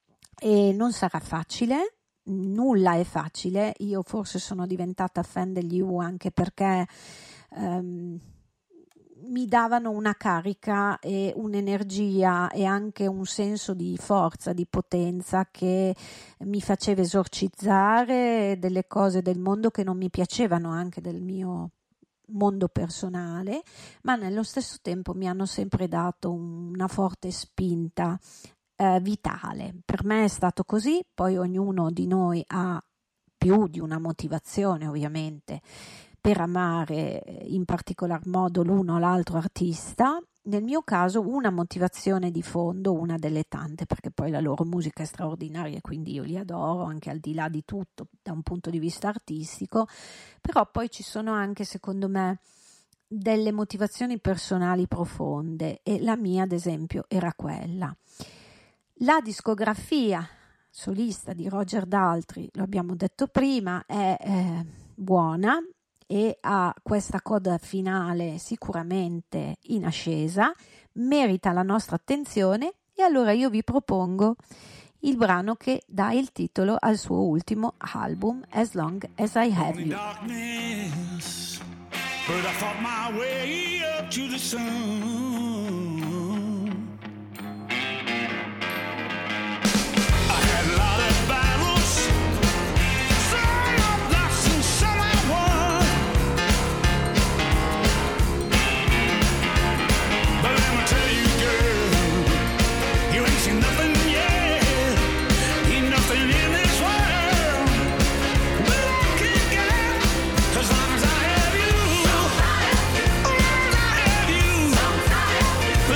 E non sarà facile, nulla è facile. Io forse sono diventata fan degli U anche perché ehm, mi davano una carica e un'energia e anche un senso di forza, di potenza che mi faceva esorcizzare delle cose del mondo che non mi piacevano, anche del mio mondo personale, ma nello stesso tempo mi hanno sempre dato una forte spinta eh, vitale. Per me è stato così, poi ognuno di noi ha più di una motivazione ovviamente per amare in particolar modo l'uno o l'altro artista. Nel mio caso una motivazione di fondo, una delle tante, perché poi la loro musica è straordinaria, quindi io li adoro anche al di là di tutto da un punto di vista artistico, però poi ci sono anche, secondo me, delle motivazioni personali profonde, e la mia ad esempio era quella. La discografia solista di Roger Daltrey, lo abbiamo detto prima, è eh, buona e ha questa coda finale sicuramente in ascesa, merita la nostra attenzione, e allora io vi propongo il brano che dà il titolo al suo ultimo album, As Long As I Have You. Darkness, but I fought my way up to the sun. I had a lot of battles, some I've lost and some I won. But let me tell you, girl, you ain't seen nothing yet, ain't nothing in this world that I can get as long as I have you. As long as I have you.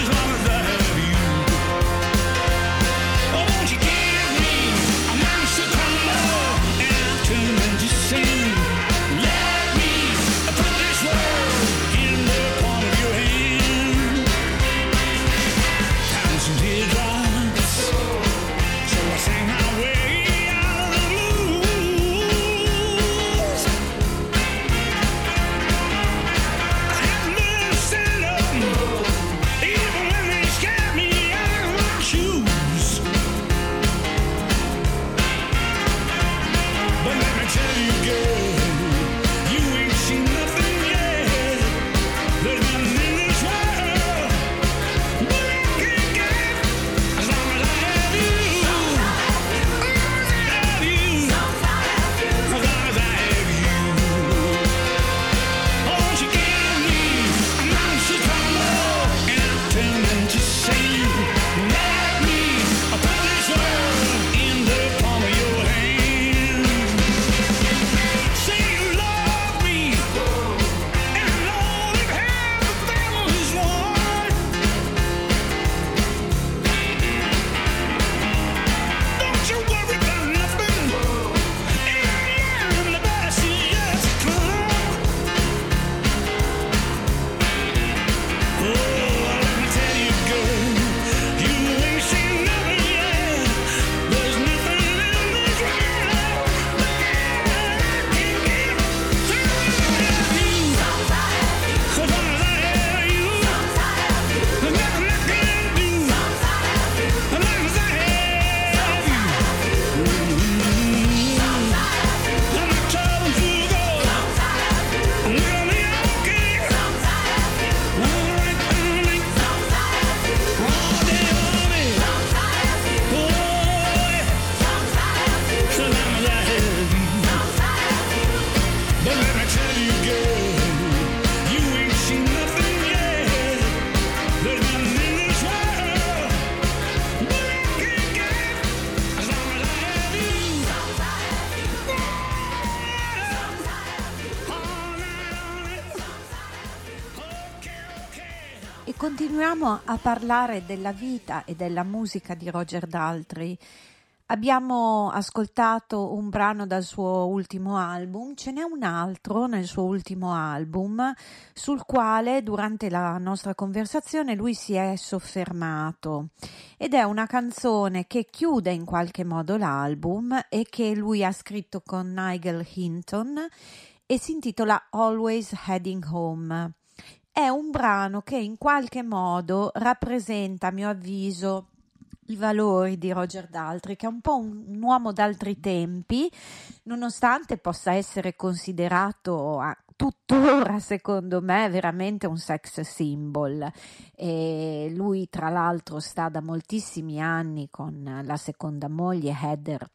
continuiamo a parlare della vita e della musica di Roger Daltrey. Abbiamo ascoltato un brano dal suo ultimo album, ce n'è un altro nel suo ultimo album sul quale durante la nostra conversazione lui si è soffermato, ed è una canzone che chiude in qualche modo l'album e che lui ha scritto con Nigel Hinton e si intitola Always Heading Home. È un brano che in qualche modo rappresenta, a mio avviso, i valori di Roger Daltrey, che è un po' un, un uomo d'altri tempi, nonostante possa essere considerato a, tuttora, secondo me, veramente un sex symbol. E lui, tra l'altro, sta da moltissimi anni con la seconda moglie, Heather.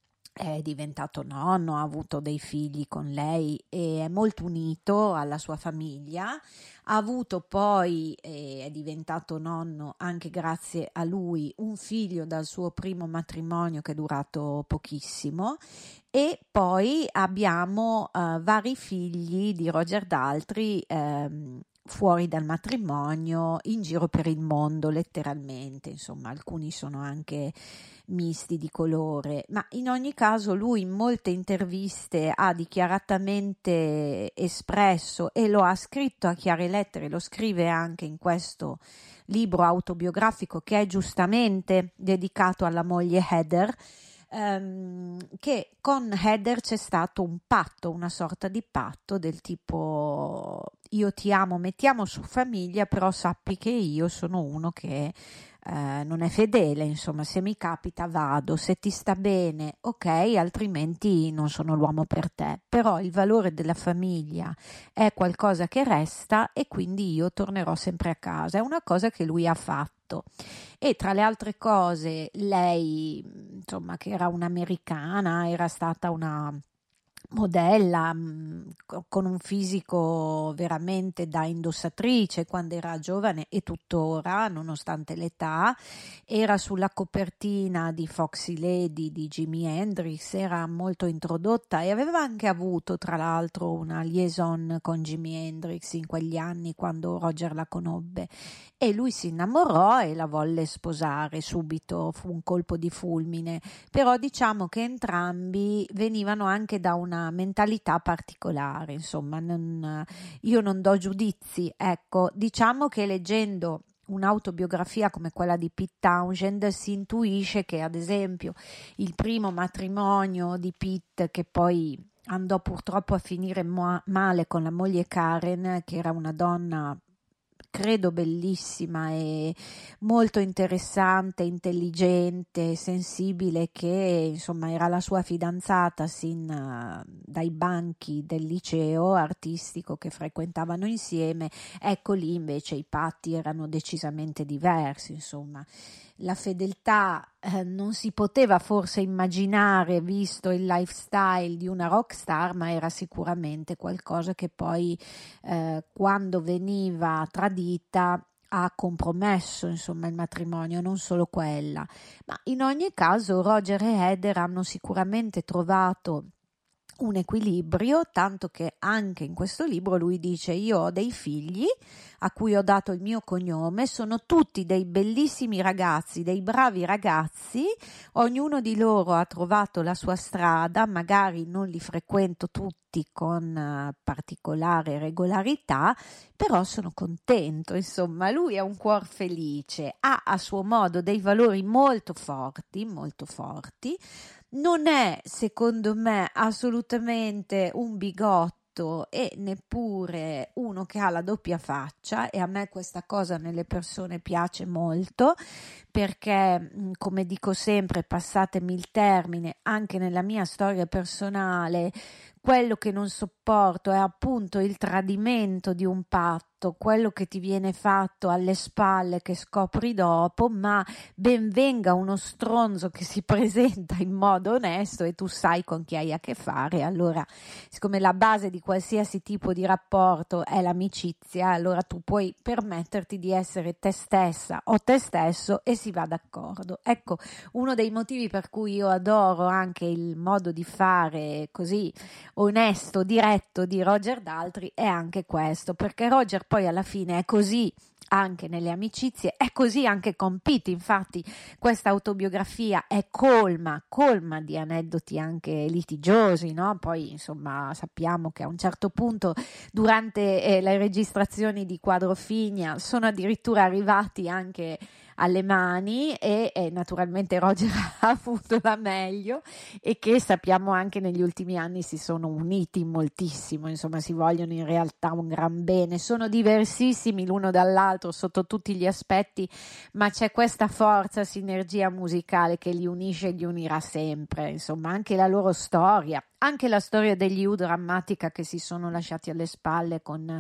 È diventato nonno, ha avuto dei figli con lei e è molto unito alla sua famiglia. Ha avuto poi, eh, è diventato nonno anche grazie a lui, un figlio dal suo primo matrimonio che è durato pochissimo, e poi abbiamo eh, vari figli di Roger Daltrey ehm, fuori dal matrimonio, in giro per il mondo letteralmente, insomma alcuni sono anche misti di colore, ma in ogni caso lui in molte interviste ha dichiaratamente espresso, e lo ha scritto a chiare lettere, lo scrive anche in questo libro autobiografico che è giustamente dedicato alla moglie Heather, ehm, che con Heather c'è stato un patto, una sorta di patto del tipo: io ti amo, mettiamo su famiglia, però sappi che io sono uno che eh, non è fedele, insomma, se mi capita vado, se ti sta bene ok, altrimenti non sono l'uomo per te, però il valore della famiglia è qualcosa che resta e quindi io tornerò sempre a casa. È una cosa che lui ha fatto. E tra le altre cose lei, insomma, che era un'americana, era stata una modella mh, con un fisico veramente da indossatrice quando era giovane e tuttora, nonostante l'età. Era sulla copertina di Foxy Lady di Jimi Hendrix, era molto introdotta e aveva anche avuto tra l'altro una liaison con Jimi Hendrix in quegli anni quando Roger la conobbe, e lui si innamorò e la volle sposare subito. Fu un colpo di fulmine, però diciamo che entrambi venivano anche da una mentalità particolare, insomma, non, io non do giudizi, ecco, diciamo che leggendo un'autobiografia come quella di Pete Townshend si intuisce che, ad esempio, il primo matrimonio di Pete, che poi andò purtroppo a finire mo- male con la moglie Karen, che era una donna credo bellissima e molto interessante, intelligente, sensibile, che insomma era la sua fidanzata sin uh, dai banchi del liceo artistico che frequentavano insieme. Ecco, lì invece i patti erano decisamente diversi, insomma. La fedeltà eh, non si poteva forse immaginare visto il lifestyle di una rock star, ma era sicuramente qualcosa che poi eh, quando veniva tradita ha compromesso, insomma, il matrimonio, non solo quella. Ma in ogni caso Roger e Heather hanno sicuramente trovato un equilibrio, tanto che anche in questo libro lui dice: io ho dei figli a cui ho dato il mio cognome, sono tutti dei bellissimi ragazzi, dei bravi ragazzi, ognuno di loro ha trovato la sua strada, magari non li frequento tutti con uh, particolare regolarità, però sono contento, insomma. Lui è un cuor felice, ha a suo modo dei valori molto forti, molto forti. Non è, secondo me, assolutamente un bigotto e neppure uno che ha la doppia faccia, e a me questa cosa nelle persone piace molto, perché, come dico sempre, passatemi il termine, anche nella mia storia personale, quello che non sopporto è appunto il tradimento di un patto, quello che ti viene fatto alle spalle che scopri dopo, ma ben venga uno stronzo che si presenta in modo onesto e tu sai con chi hai a che fare. Allora, siccome la base di qualsiasi tipo di rapporto è l'amicizia, allora tu puoi permetterti di essere te stessa o te stesso e si va d'accordo. Ecco, uno dei motivi per cui io adoro anche il modo di fare così onesto, diretto di Roger Daltrey è anche questo, perché Roger poi alla fine è così anche nelle amicizie, è così anche con Pete. Infatti questa autobiografia è colma, colma di aneddoti anche litigiosi, no? Poi insomma sappiamo che a un certo punto durante eh, le registrazioni di Quadrophenia sono addirittura arrivati anche alle mani e, e naturalmente Roger ha avuto la meglio, e che sappiamo anche negli ultimi anni si sono uniti moltissimo, insomma si vogliono in realtà un gran bene, sono diversissimi l'uno dall'altro sotto tutti gli aspetti, ma c'è questa forza, sinergia musicale che li unisce e li unirà sempre. Insomma anche la loro storia, anche la storia degli U drammatica che si sono lasciati alle spalle con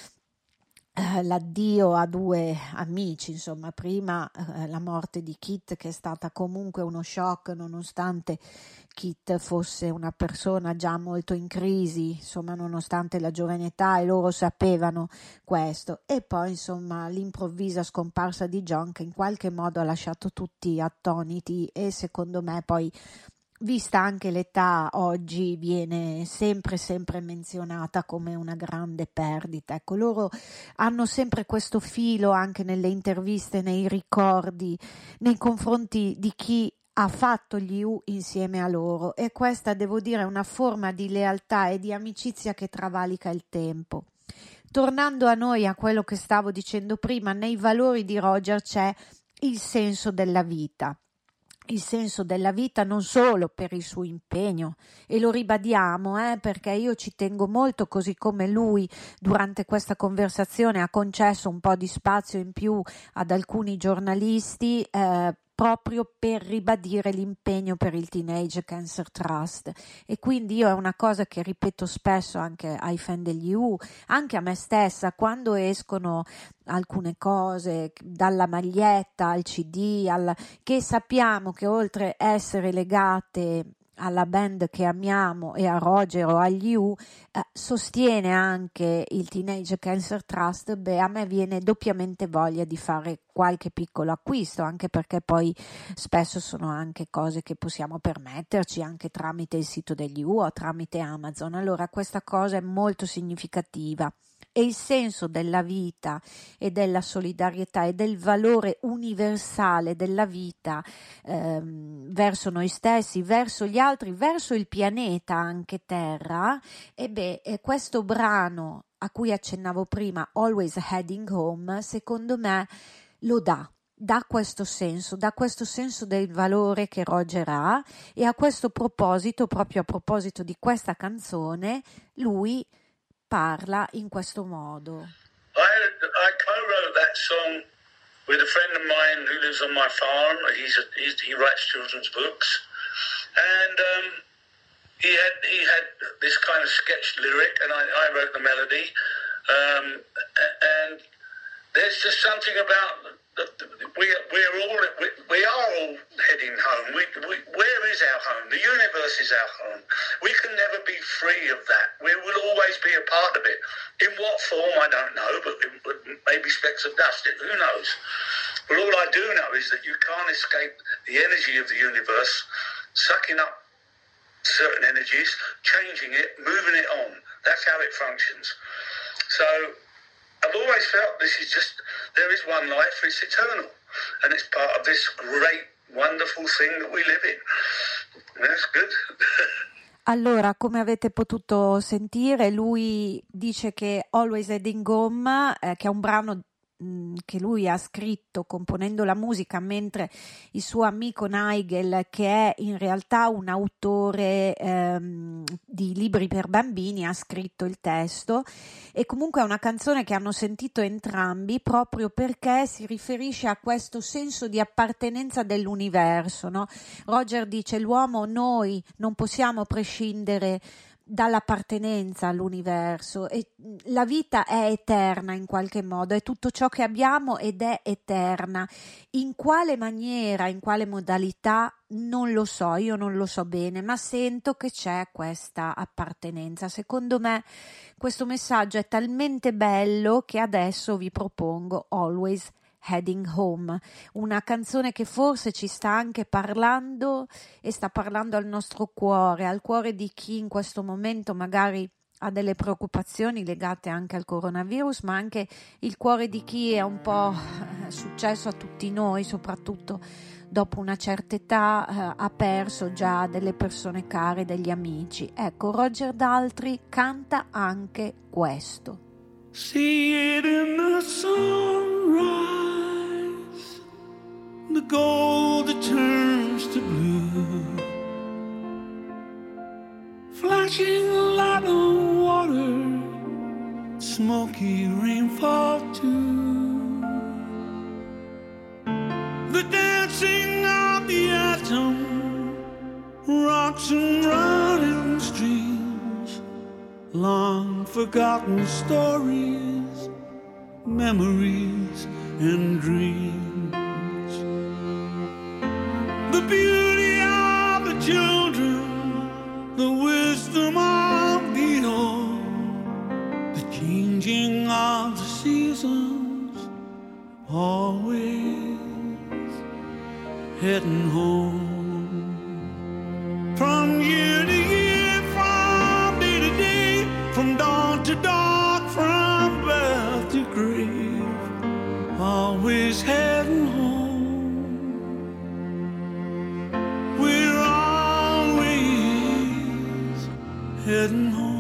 l'addio a due amici, insomma prima eh, la morte di Kit, che è stata comunque uno shock nonostante Kit fosse una persona già molto in crisi, insomma nonostante la giovane età, e loro sapevano questo, e poi insomma l'improvvisa scomparsa di John che in qualche modo ha lasciato tutti attoniti, e secondo me poi, vista anche l'età, oggi viene sempre sempre menzionata come una grande perdita. Ecco, loro hanno sempre questo filo anche nelle interviste, nei ricordi, nei confronti di chi ha fatto gli U insieme a loro, e questa, devo dire, è una forma di lealtà e di amicizia che travalica il tempo. Tornando a noi, a quello che stavo dicendo prima, nei valori di Roger c'è il senso della vita. Il senso della vita non solo per il suo impegno, e lo ribadiamo eh, perché io ci tengo molto, così come lui durante questa conversazione ha concesso un po' di spazio in più ad alcuni giornalisti, eh, proprio per ribadire l'impegno per il Teenage Cancer Trust, e quindi io è una cosa che ripeto spesso anche ai fan degli U, anche a me stessa, quando escono alcune cose, dalla maglietta al C D, al, che sappiamo che oltre a essere legate alla band che amiamo e a Roger o agli U, eh, sostiene anche il Teenage Cancer Trust, beh, a me viene doppiamente voglia di fare qualche piccolo acquisto, anche perché poi spesso sono anche cose che possiamo permetterci anche tramite il sito degli U o tramite Amazon. Allora questa cosa è molto significativa. E il senso della vita e della solidarietà e del valore universale della vita ehm, verso noi stessi, verso gli altri, verso il pianeta, anche Terra, e beh, e questo brano a cui accennavo prima, Always Heading Home, secondo me lo dà. dà questo senso, dà questo senso del valore che Roger ha, e a questo proposito, proprio a proposito di questa canzone, lui parla in questo modo. I, I co-wrote that song with a friend of mine who lives on my farm. He's, a, he's he writes children's books, and um, he had he had this kind of sketch lyric, and I, I wrote the melody. Um, and there's just something about the, the, we we're all we, we are all heading home. We, we where is our home? The universe is our home. We can never be free of that. We will always be a part of it. In what form, I don't know, but, but maybe specks of dust. Who knows? But all I do know is that you can't escape the energy of the universe, sucking up certain energies, changing it, moving it on. That's how it functions. So I've always felt this is just, there is one life, it's eternal, and it's part of this great, wonderful thing that we live in. That's good. Allora, come avete potuto sentire, lui dice che Always Heading Home, eh, che è un brano che lui ha scritto componendo la musica, mentre il suo amico Nigel, che è in realtà un autore ehm, di libri per bambini, ha scritto il testo, e comunque è una canzone che hanno sentito entrambi proprio perché si riferisce a questo senso di appartenenza dell'universo, no? Roger dice: l'uomo, noi non possiamo prescindere dall'appartenenza all'universo, e la vita è eterna in qualche modo, è tutto ciò che abbiamo ed è eterna. In quale maniera, in quale modalità, non lo so, io non lo so bene, ma sento che c'è questa appartenenza. Secondo me questo messaggio è talmente bello che adesso vi propongo Always Heading Home, una canzone che forse ci sta anche parlando e sta parlando al nostro cuore, al cuore di chi in questo momento magari ha delle preoccupazioni legate anche al coronavirus, ma anche il cuore di chi è un po' successo a tutti noi, soprattutto dopo una certa età, eh, ha perso già delle persone care, degli amici. Ecco, Roger Daltrey canta anche questo. See it in the sunrise, the gold that turns to blue, flashing light on water, smoky rainfall too, the dancing of the atom, rocks and running streams, long forgotten stories, memories and dreams. The beauty of the children, the wisdom of the old, the changing of the seasons, always heading home. From year to year, from day to day, from dawn to dark, from birth to grave, always heading home. We're always heading home.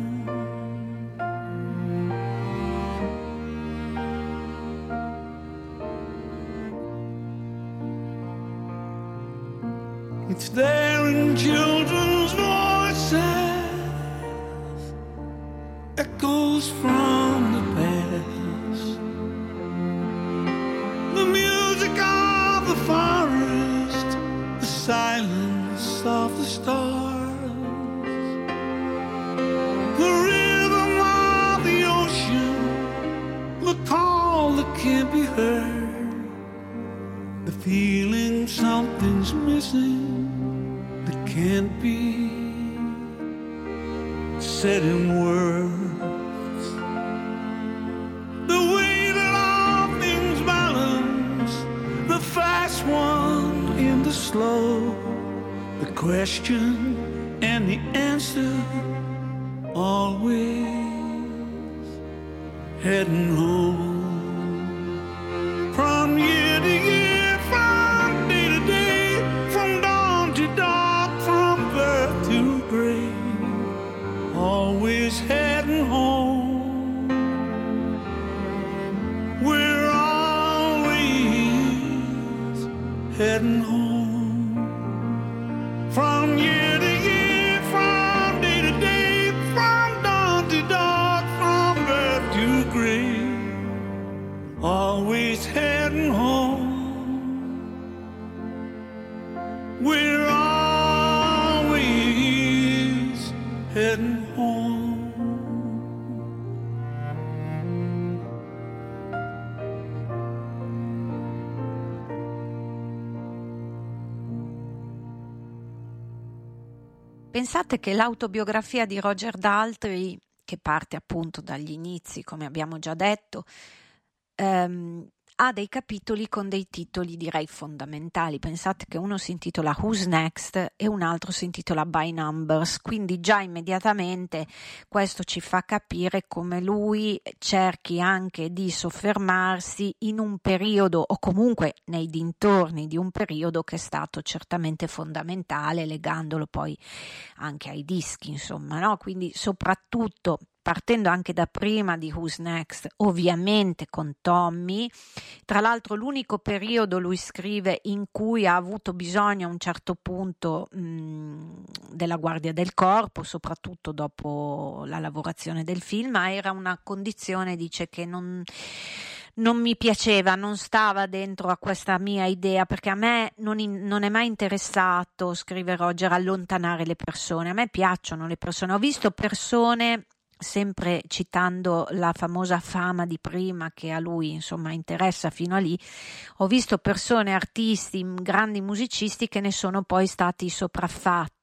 It's there in children's voices, echoes from the past, the music of the forest, the silence of the stars, the rhythm of the ocean, the call that can't be heard, the feeling something's missing that can't be said in words, the way that all things balance, the fast one in the slow, the question and the answer, always heading home. From year to year, from day to day, from dawn to dark, from birth to grave, always heading home. We're always heading home. From year to year, from day to day, from dawn to dark, from birth to grave, always heading home. We're always heading home. Pensate che l'autobiografia di Roger Daltrey, che parte appunto dagli inizi, come abbiamo già detto, ehm, ha dei capitoli con dei titoli direi fondamentali. Pensate che uno si intitola Who's Next e un altro si intitola By Numbers, quindi già immediatamente questo ci fa capire come lui cerchi anche di soffermarsi in un periodo o comunque nei dintorni di un periodo che è stato certamente fondamentale, legandolo poi anche ai dischi, insomma, no? Quindi soprattutto partendo anche da prima di Who's Next, ovviamente con Tommy. Tra l'altro l'unico periodo, lui scrive, in cui ha avuto bisogno a un certo punto mh, della guardia del corpo, soprattutto dopo la lavorazione del film, ma era una condizione, dice, che non... non mi piaceva, non stava dentro a questa mia idea, perché a me non, in, non è mai interessato, scrive Roger, allontanare le persone. A me piacciono le persone, ho visto persone, sempre citando la famosa fama di prima che a lui insomma interessa fino a lì, ho visto persone, artisti, grandi musicisti che ne sono poi stati sopraffatti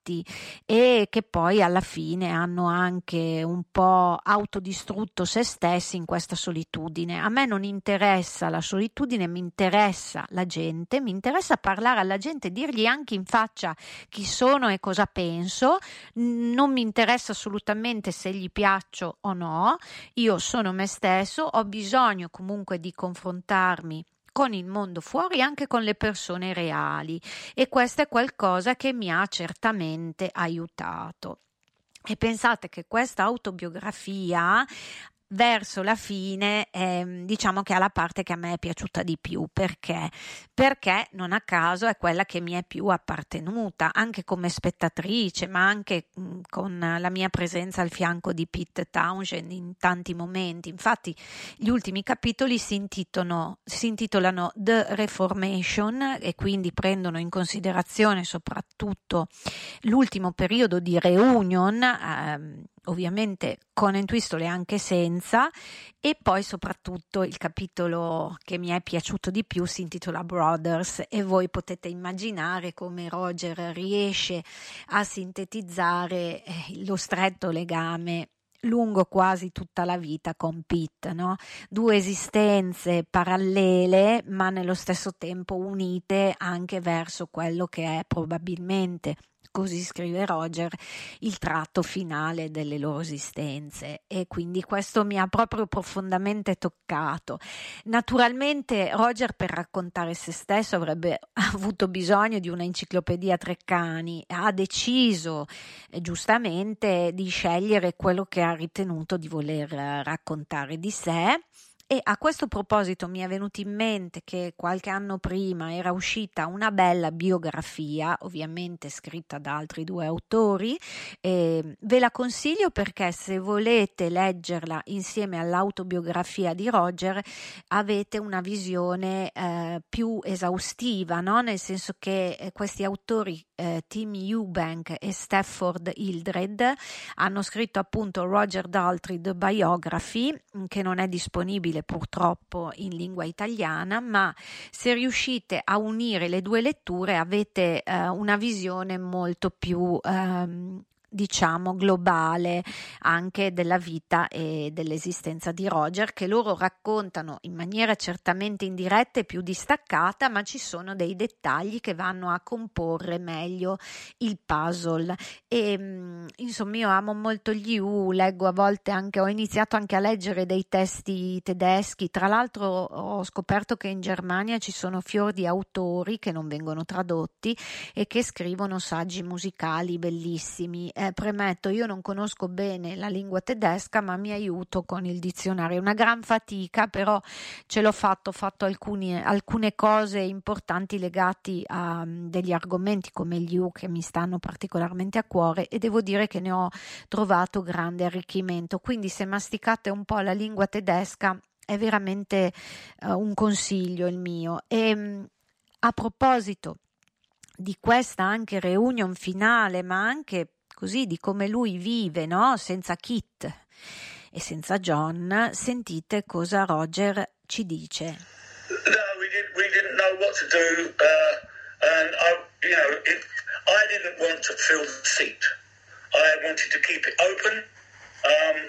matti e che poi alla fine hanno anche un po' autodistrutto se stessi in questa solitudine. A me non interessa la solitudine, mi interessa la gente, mi interessa parlare alla gente, dirgli anche in faccia chi sono e cosa penso. Non mi interessa assolutamente se gli piaccio o no, io sono me stesso, ho bisogno comunque di confrontarmi con il mondo fuori, anche con le persone reali, e questo è qualcosa che mi ha certamente aiutato. E pensate che questa autobiografia verso la fine eh, diciamo che è la parte che a me è piaciuta di più. Perché? Perché non a caso è quella che mi è più appartenuta, anche come spettatrice, ma anche mh, con la mia presenza al fianco di Pete Townshend in tanti momenti. Infatti gli ultimi capitoli si intitolano, si intitolano The Reformation e quindi prendono in considerazione soprattutto l'ultimo periodo di reunion, ehm, ovviamente con Entwistle e anche senza, e poi soprattutto il capitolo che mi è piaciuto di più si intitola Brothers, e voi potete immaginare come Roger riesce a sintetizzare lo stretto legame lungo quasi tutta la vita con Pete, no? Due esistenze parallele ma nello stesso tempo unite anche verso quello che è probabilmente, così scrive Roger, il tratto finale delle loro esistenze, e quindi questo mi ha proprio profondamente toccato. Naturalmente Roger, per raccontare se stesso, avrebbe avuto bisogno di una enciclopedia Treccani, ha deciso eh, giustamente di scegliere quello che ha ritenuto di voler raccontare di sé. E a questo proposito mi è venuto in mente che qualche anno prima era uscita una bella biografia, ovviamente scritta da altri due autori, e ve la consiglio perché se volete leggerla insieme all'autobiografia di Roger avete una visione eh, più esaustiva, no? Nel senso che eh, questi autori, eh, Tim Eubank e Stafford Hildred, hanno scritto appunto Roger Daltrey The Biography, che non è disponibile purtroppo in lingua italiana, ma se riuscite a unire le due letture avete eh, una visione molto più ehm, diciamo globale anche della vita e dell'esistenza di Roger, che loro raccontano in maniera certamente indiretta e più distaccata, ma ci sono dei dettagli che vanno a comporre meglio il puzzle. E insomma io amo molto gli U, leggo a volte anche, ho iniziato anche a leggere dei testi tedeschi, tra l'altro ho scoperto che in Germania ci sono fior di autori che non vengono tradotti e che scrivono saggi musicali bellissimi. Eh, premetto, io non conosco bene la lingua tedesca, ma mi aiuto con il dizionario. È una gran fatica, però ce l'ho fatto, ho fatto alcuni, alcune cose importanti legati a um, degli argomenti come gli U che mi stanno particolarmente a cuore, e devo dire che ne ho trovato grande arricchimento. Quindi se masticate un po' la lingua tedesca è veramente uh, un consiglio il mio. E um, a proposito di questa anche reunion finale, ma anche così di come lui vive, no? Senza Kit e senza John, sentite cosa Roger ci dice. No, we, did, we didn't know what to do, uh, and I, you know, it, I didn't want to fill the seat. I wanted to keep it open. Um,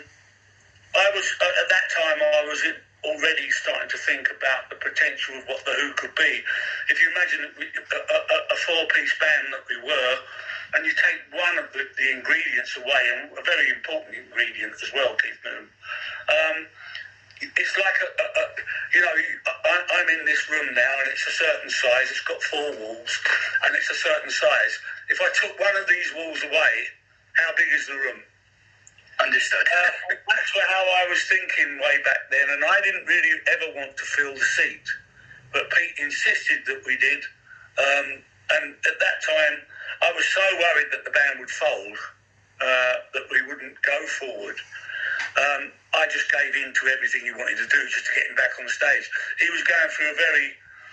I was at that time I was already starting to think about the potential of what the Who could be. If you imagine a, a, a four-piece band that we were, and you take one of the, the ingredients away, and a very important ingredient as well, Keith Moon. Um, it's like a, a, a you know, I, I'm in this room now, and it's a certain size. It's got four walls, and it's a certain size. If I took one of these walls away, how big is the room? Understood. Uh, that's how I was thinking way back then, and I didn't really ever want to fill the seat, but Pete insisted that we did, um, and at that time I was so worried that the band would fold, uh, that we wouldn't go forward. Um, I just gave in to everything he wanted to do just to get him back on the stage. He was going through a very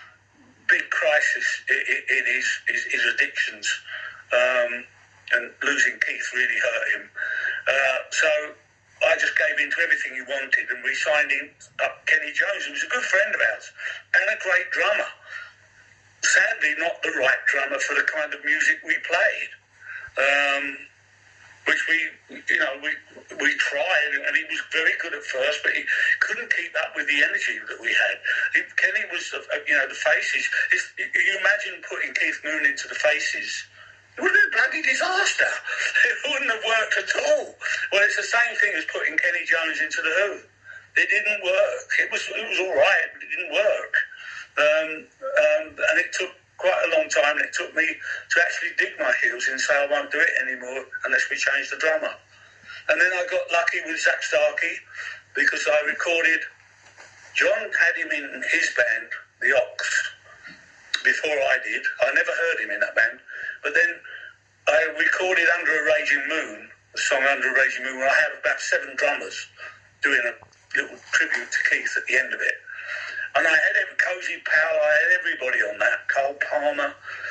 big crisis in, in his, his, his addictions, um, and losing Keith really hurt him. Uh, so I just gave in to everything he wanted, and we signed him up Kenny Jones, who was a good friend of ours and a great drummer. Sadly, not the right drummer for the kind of music we played. um, which we, you know, we we tried, and he was very good at first, but he couldn't keep up with the energy that we had. He, Kenny was, uh, you know, the Faces. If, if you imagine putting Keith Moon into the Faces, it would have been a bloody disaster. It wouldn't have worked at all. Well, it's the same thing as putting Kenny Jones into the Who. It didn't work. It was it was all right, but it didn't work. Um, um, and it took quite a long time, and it took me to actually dig my heels and say I won't do it anymore unless we change the drummer. And then I got lucky with Zak Starkey because I recorded, John had him in his band, The Ox, before I did. I never heard him in that band. But then I recorded Under a Raging Moon, the song Under a Raging Moon, where I have about seven drummers doing a little tribute to Keith at the end of it. And I had Cozy Powell, I had everybody on that, Carl Palmer.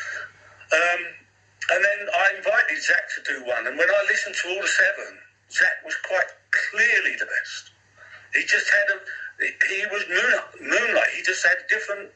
Um, and then I invited Zak to do one. And when I listened to all the seven, Zak was quite clearly the best. He just had a, he was moon, moonlight. He just had different,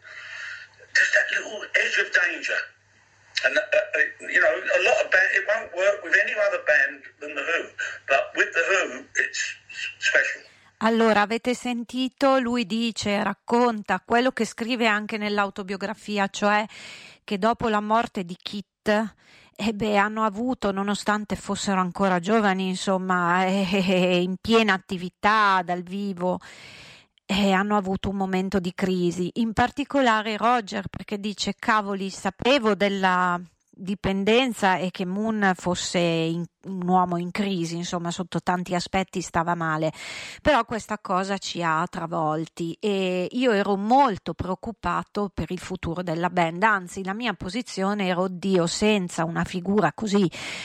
just that little edge of danger. And, uh, uh, you know, a lot of band, it won't work with any other band than The Who. But with The Who, it's special. Allora, avete sentito, lui dice, racconta quello che scrive anche nell'autobiografia, cioè che dopo la morte di Keith, eh beh, hanno avuto, nonostante fossero ancora giovani, insomma, eh, in piena attività dal vivo, eh, hanno avuto un momento di crisi. In particolare Roger, perché dice, cavoli, sapevo della dipendenza e che Moon fosse in, un uomo in crisi, insomma sotto tanti aspetti stava male, però questa cosa ci ha travolti e io ero molto preoccupato per il futuro della band, anzi la mia posizione era oddio, senza una figura così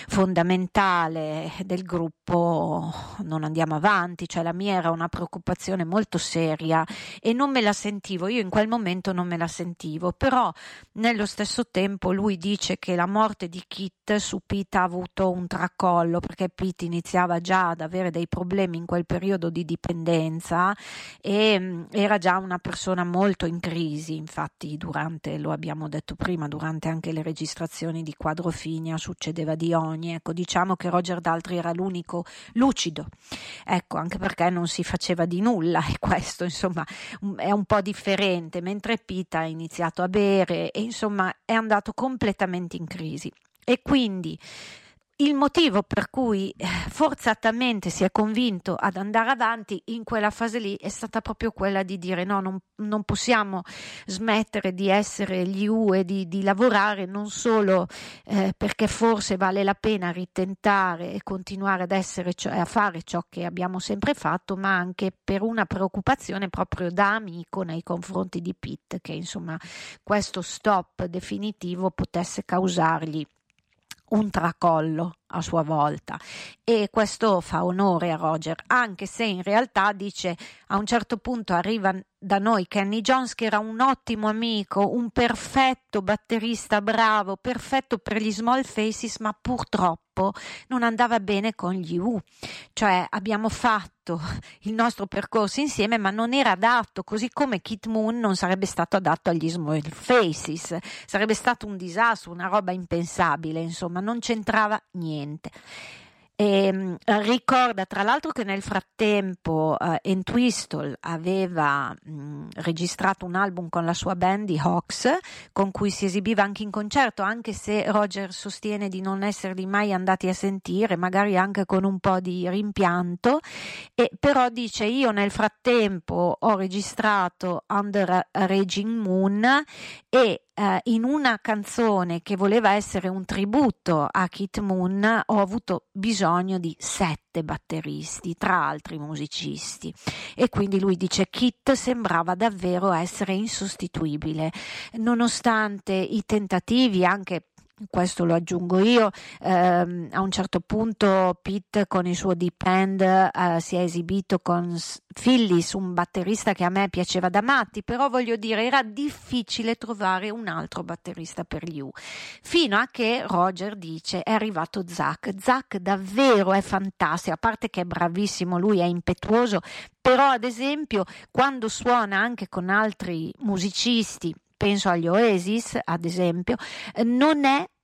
fondamentale del gruppo non andiamo avanti, cioè la mia era una preoccupazione molto seria e non me la sentivo, io in quel momento non me la sentivo, però nello stesso tempo lui dice che la morte di Keith su Pete ha avuto un tracollo perché Pete iniziava già ad avere dei problemi in quel periodo di dipendenza e mh, era già una persona molto in crisi, infatti durante, lo abbiamo detto prima, durante anche le registrazioni di Quadrofinia succedeva di ogni, ecco diciamo che Roger Daltrey era l'unico lucido, ecco anche perché non si faceva di nulla e questo insomma è un po' differente, mentre Pete ha iniziato a bere e insomma è andato completamente in crisi e quindi il motivo per cui forzatamente si è convinto ad andare avanti in quella fase lì è stata proprio quella di dire no, non, non possiamo smettere di essere gli U e di, di lavorare non solo eh, perché forse vale la pena ritentare e continuare ad essere a fare ciò che abbiamo sempre fatto, ma anche per una preoccupazione proprio da amico nei confronti di Pete, che insomma questo stop definitivo potesse causargli un tracollo a sua volta e questo fa onore a Roger, anche se in realtà dice a un certo punto arriva da noi Kenny Jones che era un ottimo amico, un perfetto batterista bravo, perfetto per gli Small Faces, ma purtroppo non andava bene con gli U, cioè abbiamo fatto il nostro percorso insieme ma non era adatto, così come Keith Moon non sarebbe stato adatto agli Small Faces, sarebbe stato un disastro, una roba impensabile, insomma non c'entrava niente. E, ricorda tra l'altro che nel frattempo uh, Entwistle aveva mh, registrato un album con la sua band di Hawks con cui si esibiva anche in concerto, anche se Roger sostiene di non esserli mai andati a sentire, magari anche con un po' di rimpianto, e però dice io nel frattempo ho registrato Under a Raging Moon e Uh, in una canzone che voleva essere un tributo a Keith Moon ho avuto bisogno di sette batteristi tra altri musicisti e quindi lui dice Keith sembrava davvero essere insostituibile nonostante i tentativi anche. Questo lo aggiungo io, ehm, a un certo punto Pete con il suo Deep End eh, si è esibito con Phyllis, un batterista che a me piaceva da matti, però voglio dire era difficile trovare un altro batterista per gli U, fino a che Roger dice è arrivato Zak. Zak davvero è fantastico, a parte che è bravissimo, lui è impetuoso, però ad esempio quando suona anche con altri musicisti, penso agli Oasis ad esempio, non è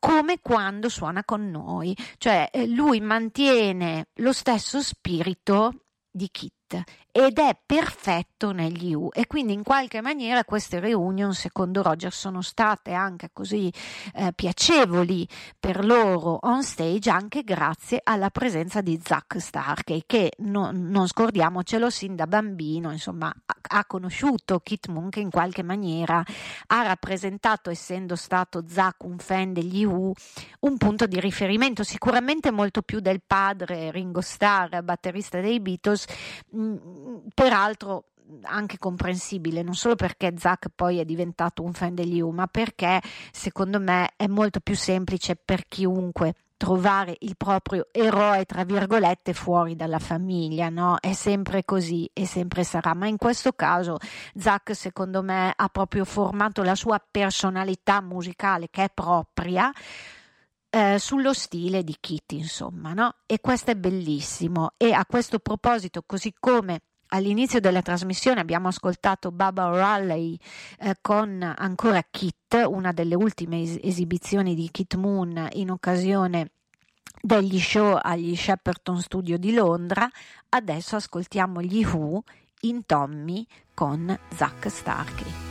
come quando suona con noi, cioè eh, lui mantiene lo stesso spirito di Kit ed è perfetto negli U, e quindi in qualche maniera queste reunion secondo Roger sono state anche così eh, piacevoli per loro on stage, anche grazie alla presenza di Zak Starkey, che no, non scordiamocelo, sin da bambino insomma ha, ha conosciuto Keith Moon, che in qualche maniera ha rappresentato, essendo stato Zak un fan degli U, un punto di riferimento, sicuramente molto più del padre Ringo Starr, batterista dei Beatles, mh, peraltro anche comprensibile, non solo perché Zak poi è diventato un fan degli U, ma perché secondo me è molto più semplice per chiunque trovare il proprio eroe tra virgolette fuori dalla famiglia, no? È sempre così e sempre sarà, ma in questo caso Zak secondo me ha proprio formato la sua personalità musicale, che è propria, Eh, sullo stile di Keith, insomma, no? E questo è bellissimo. E a questo proposito, così come all'inizio della trasmissione abbiamo ascoltato Baba O'Reilly eh, con ancora Keith, una delle ultime es- esibizioni di Keith Moon in occasione degli show agli Shepperton Studio di Londra, adesso ascoltiamo gli Who in Tommy con Zak Starkey.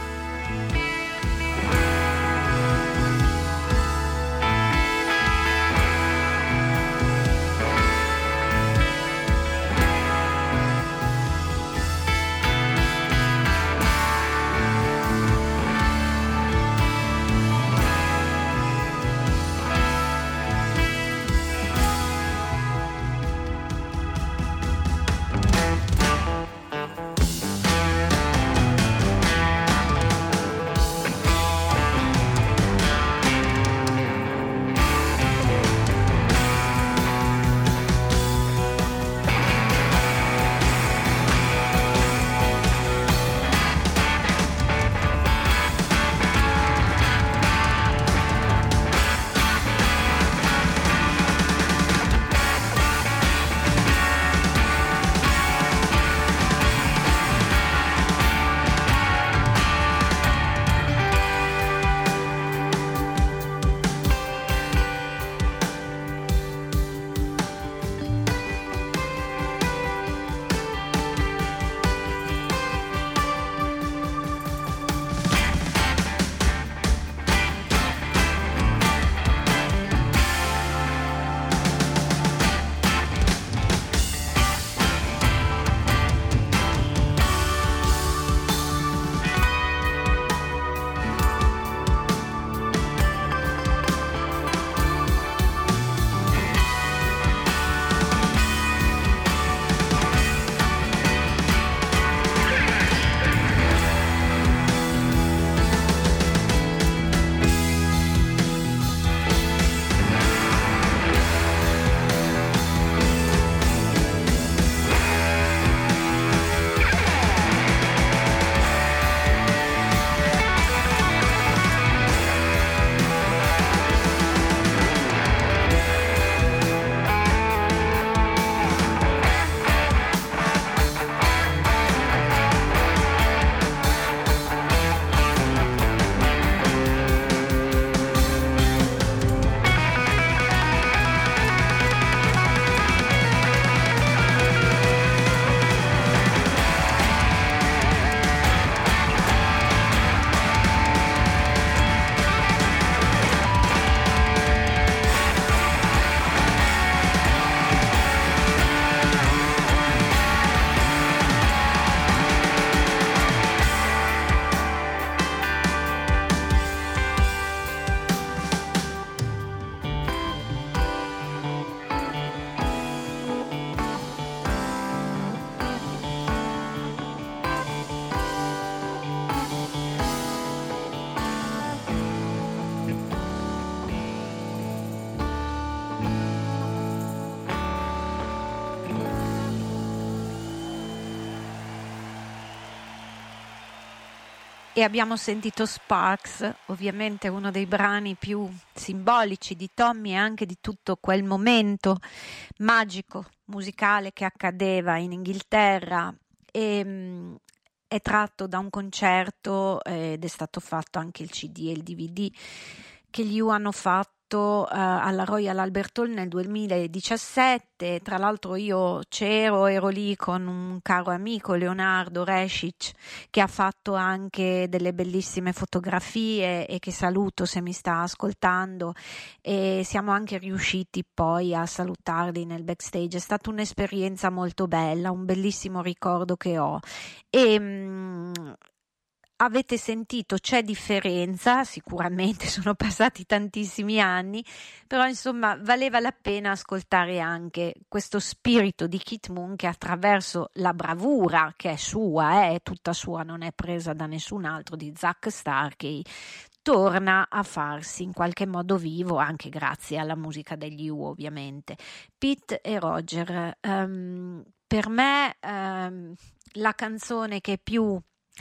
E abbiamo sentito Sparks, ovviamente uno dei brani più simbolici di Tommy e anche di tutto quel momento magico musicale che accadeva in Inghilterra, e mh, è tratto da un concerto ed è stato fatto anche il C D e il D V D che gli U hanno fatto uh, alla Royal Albert Hall nel duemiladiciassette. Tra l'altro io c'ero, ero lì con un caro amico, Leonardo Rescic, che ha fatto anche delle bellissime fotografie e che saluto se mi sta ascoltando, e siamo anche riusciti poi a salutarli nel backstage. È stata un'esperienza molto bella, un bellissimo ricordo che ho. E mh, avete sentito, c'è differenza, sicuramente sono passati tantissimi anni, però insomma valeva la pena ascoltare anche questo spirito di Keith Moon, che attraverso la bravura, che è sua, eh, è tutta sua, non è presa da nessun altro, di Zak Starkey, torna a farsi in qualche modo vivo, anche grazie alla musica degli U ovviamente. Pete e Roger, um, per me um, la canzone che più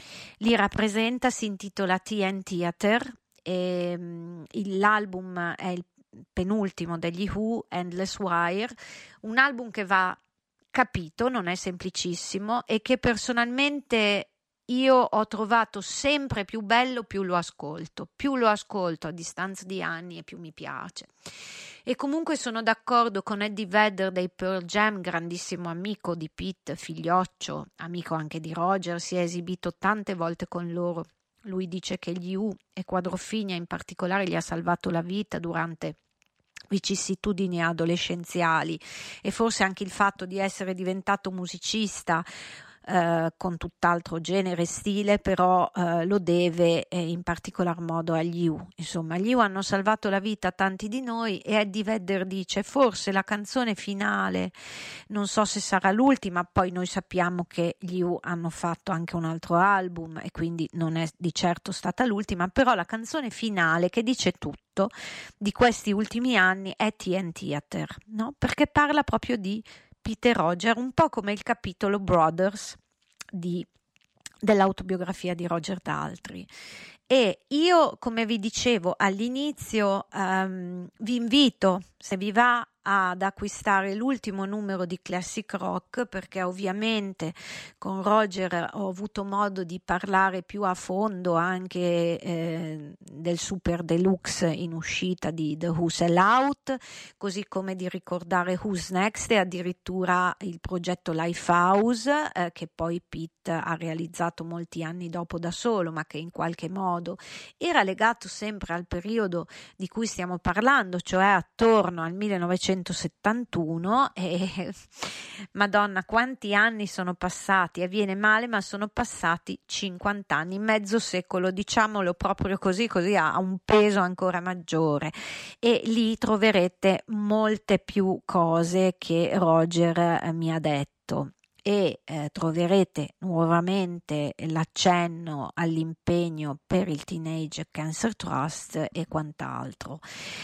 li rappresenta si intitola T N Theater, e um, l'album è il penultimo degli Who, Endless Wire, un album che va capito, non è semplicissimo, e che personalmente io ho trovato sempre più bello più lo ascolto, più lo ascolto a distanza di anni e più mi piace. E comunque sono d'accordo con Eddie Vedder dei Pearl Jam, grandissimo amico di Pete, figlioccio, amico anche di Roger, si è esibito tante volte con loro. Lui dice che gli U e Quadrophenia in particolare gli ha salvato la vita durante vicissitudini adolescenziali, e forse anche il fatto di essere diventato musicista Uh, con tutt'altro genere e stile, però uh, lo deve eh, in particolar modo agli U. Insomma, gli U hanno salvato la vita a tanti di noi, e Eddie Vedder dice forse la canzone finale, non so se sarà l'ultima, poi noi sappiamo che gli U hanno fatto anche un altro album e quindi non è di certo stata l'ultima, però la canzone finale che dice tutto di questi ultimi anni è T N Theater, no? Perché parla proprio di Pete e Roger, un po' come il capitolo Brothers di, dell'autobiografia di Roger Daltrey. E io, come vi dicevo all'inizio, um, vi invito, se vi va, ad acquistare l'ultimo numero di Classic Rock, perché ovviamente con Roger ho avuto modo di parlare più a fondo anche eh, del super deluxe in uscita di The Who Sell Out, così come di ricordare Who's Next e addirittura il progetto Lifehouse, eh, che poi Pete ha realizzato molti anni dopo da solo, ma che in qualche modo era legato sempre al periodo di cui stiamo parlando, cioè attorno al millenovecentosettantuno. E Madonna, quanti anni sono passati, e viene male, ma sono passati cinquanta anni, mezzo secolo, diciamolo proprio così, così ha un peso ancora maggiore, e lì troverete molte più cose che Roger eh, mi ha detto. E eh, troverete nuovamente l'accenno all'impegno per il Teenage Cancer Trust e quant'altro.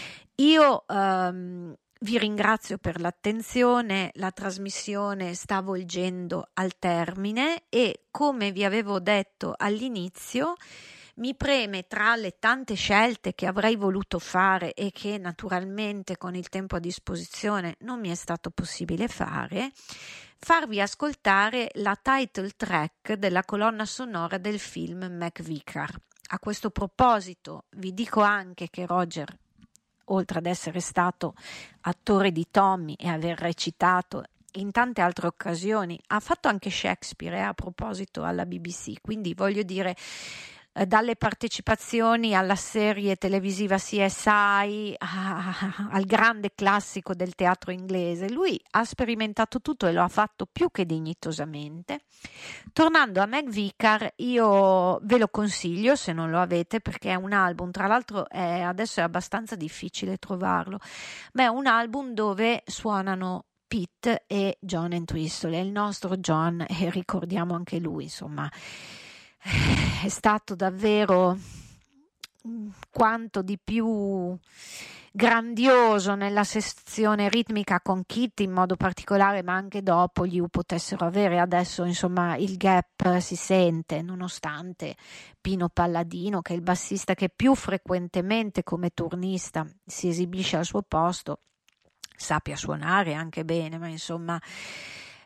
Io ehm, vi ringrazio per l'attenzione, la trasmissione sta volgendo al termine, e come vi avevo detto all'inizio, mi preme, tra le tante scelte che avrei voluto fare e che naturalmente con il tempo a disposizione non mi è stato possibile fare, farvi ascoltare la title track della colonna sonora del film McVicar. A questo proposito vi dico anche che Roger, oltre ad essere stato attore di Tommy e aver recitato in tante altre occasioni, ha fatto anche Shakespeare, eh, a proposito, alla B B C, quindi voglio dire, dalle partecipazioni alla serie televisiva C S I a, al grande classico del teatro inglese, lui ha sperimentato tutto e lo ha fatto più che dignitosamente. Tornando a McVicar, io ve lo consiglio se non lo avete, perché è un album, tra l'altro è, adesso è abbastanza difficile trovarlo, ma è un album dove suonano Pete e John Entwistle, e il nostro John, e ricordiamo anche lui, insomma, è stato davvero quanto di più grandioso nella sezione ritmica con Keith in modo particolare, ma anche dopo gli U potessero avere. Adesso insomma il gap si sente, nonostante Pino Palladino, che è il bassista che più frequentemente come turnista si esibisce al suo posto, sappia suonare anche bene, ma insomma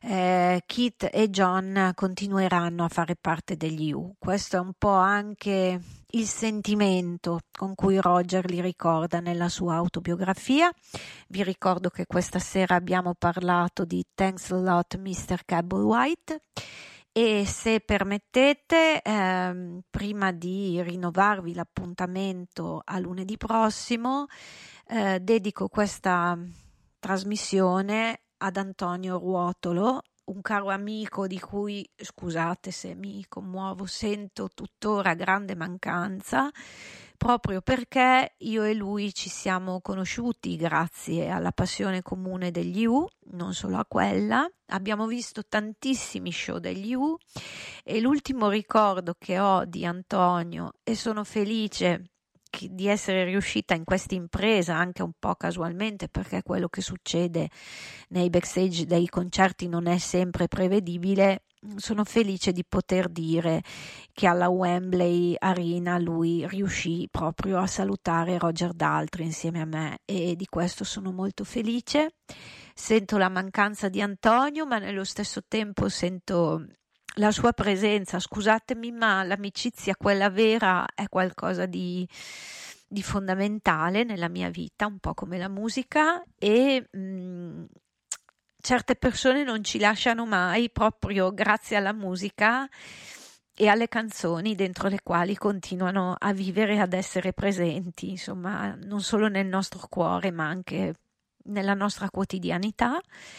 eh, Keith e John continueranno a fare parte degli U. Questo è un po' anche il sentimento con cui Roger li ricorda nella sua autobiografia. Vi ricordo che questa sera abbiamo parlato di Thanks a Lot mister Cabblewhite, e se permettete, ehm, prima di rinnovarvi l'appuntamento a lunedì prossimo, eh, dedico questa trasmissione ad Antonio Ruotolo, un caro amico di cui, scusate se mi commuovo, sento tuttora grande mancanza, proprio perché io e lui ci siamo conosciuti grazie alla passione comune degli U, non solo a quella. Abbiamo visto tantissimi show degli U e l'ultimo ricordo che ho di Antonio, e sono felice di essere riuscita in questa impresa anche un po' casualmente, perché quello che succede nei backstage dei concerti non è sempre prevedibile. Sono felice di poter dire che alla Wembley Arena lui riuscì proprio a salutare Roger Daltrey insieme a me, e di questo sono molto felice. Sento la mancanza di Antonio, ma nello stesso tempo sento la sua presenza. Scusatemi, ma l'amicizia, quella vera, è qualcosa di, di fondamentale nella mia vita, un po' come la musica, e mh, certe persone non ci lasciano mai, proprio grazie alla musica e alle canzoni dentro le quali continuano a vivere e ad essere presenti, insomma, non solo nel nostro cuore ma anche nella nostra quotidianità.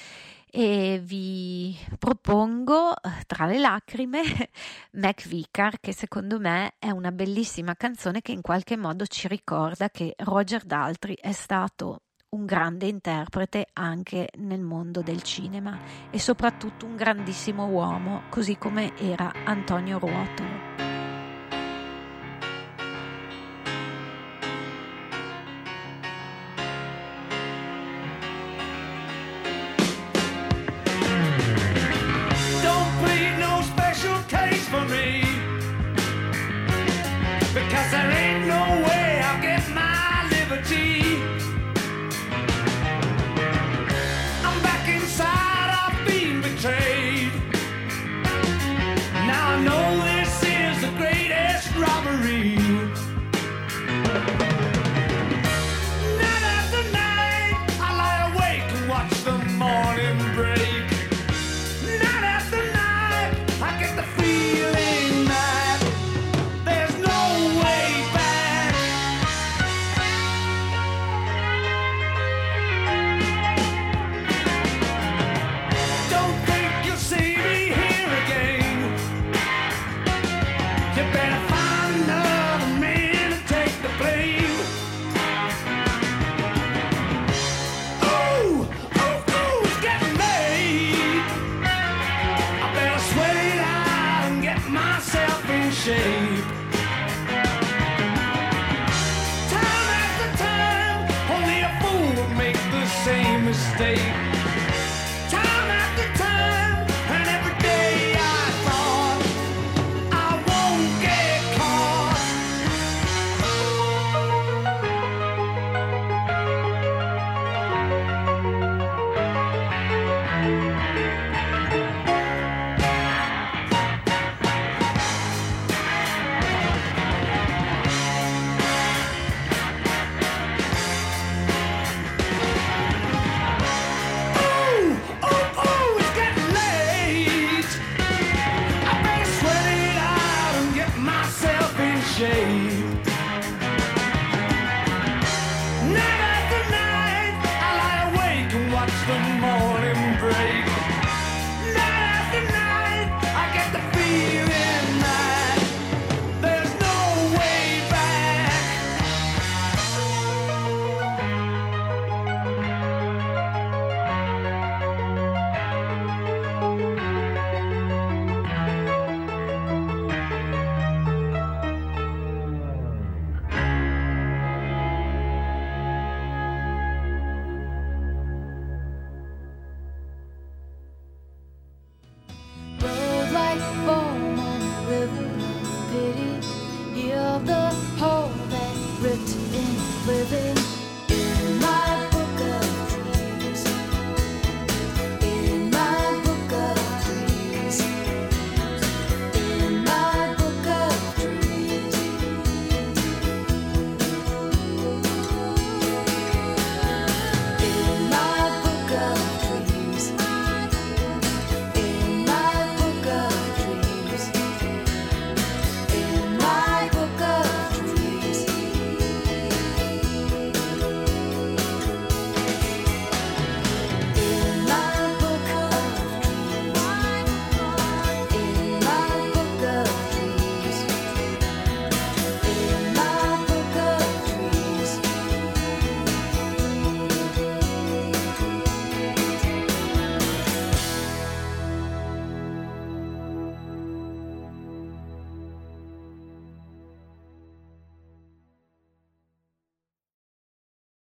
E vi propongo, tra le lacrime, Mac Vicar, che secondo me è una bellissima canzone che in qualche modo ci ricorda che Roger Daltrey è stato un grande interprete anche nel mondo del cinema e soprattutto un grandissimo uomo, così come era Antonio Ruotolo. For me, because there ain't no way I'll get my liberty. I'm back inside, I've been betrayed. Now I know this is the greatest robbery. Night after night, I lie awake and watch the morning break. Night after night, I get the feeling that there's no way back. Don't think you'll see me here again. You better find another man to take the blame. Ooh, ooh, ooh, it's getting late. I better sweat it out and get myself in shape. Time after time, only a fool would make the same mistake. Time after time, and every day I thought I won't get caught. Ooh, ooh, ooh, it's getting late. I better sweat it out and get myself in shape. Night after night, I lie awake and watch the morning break.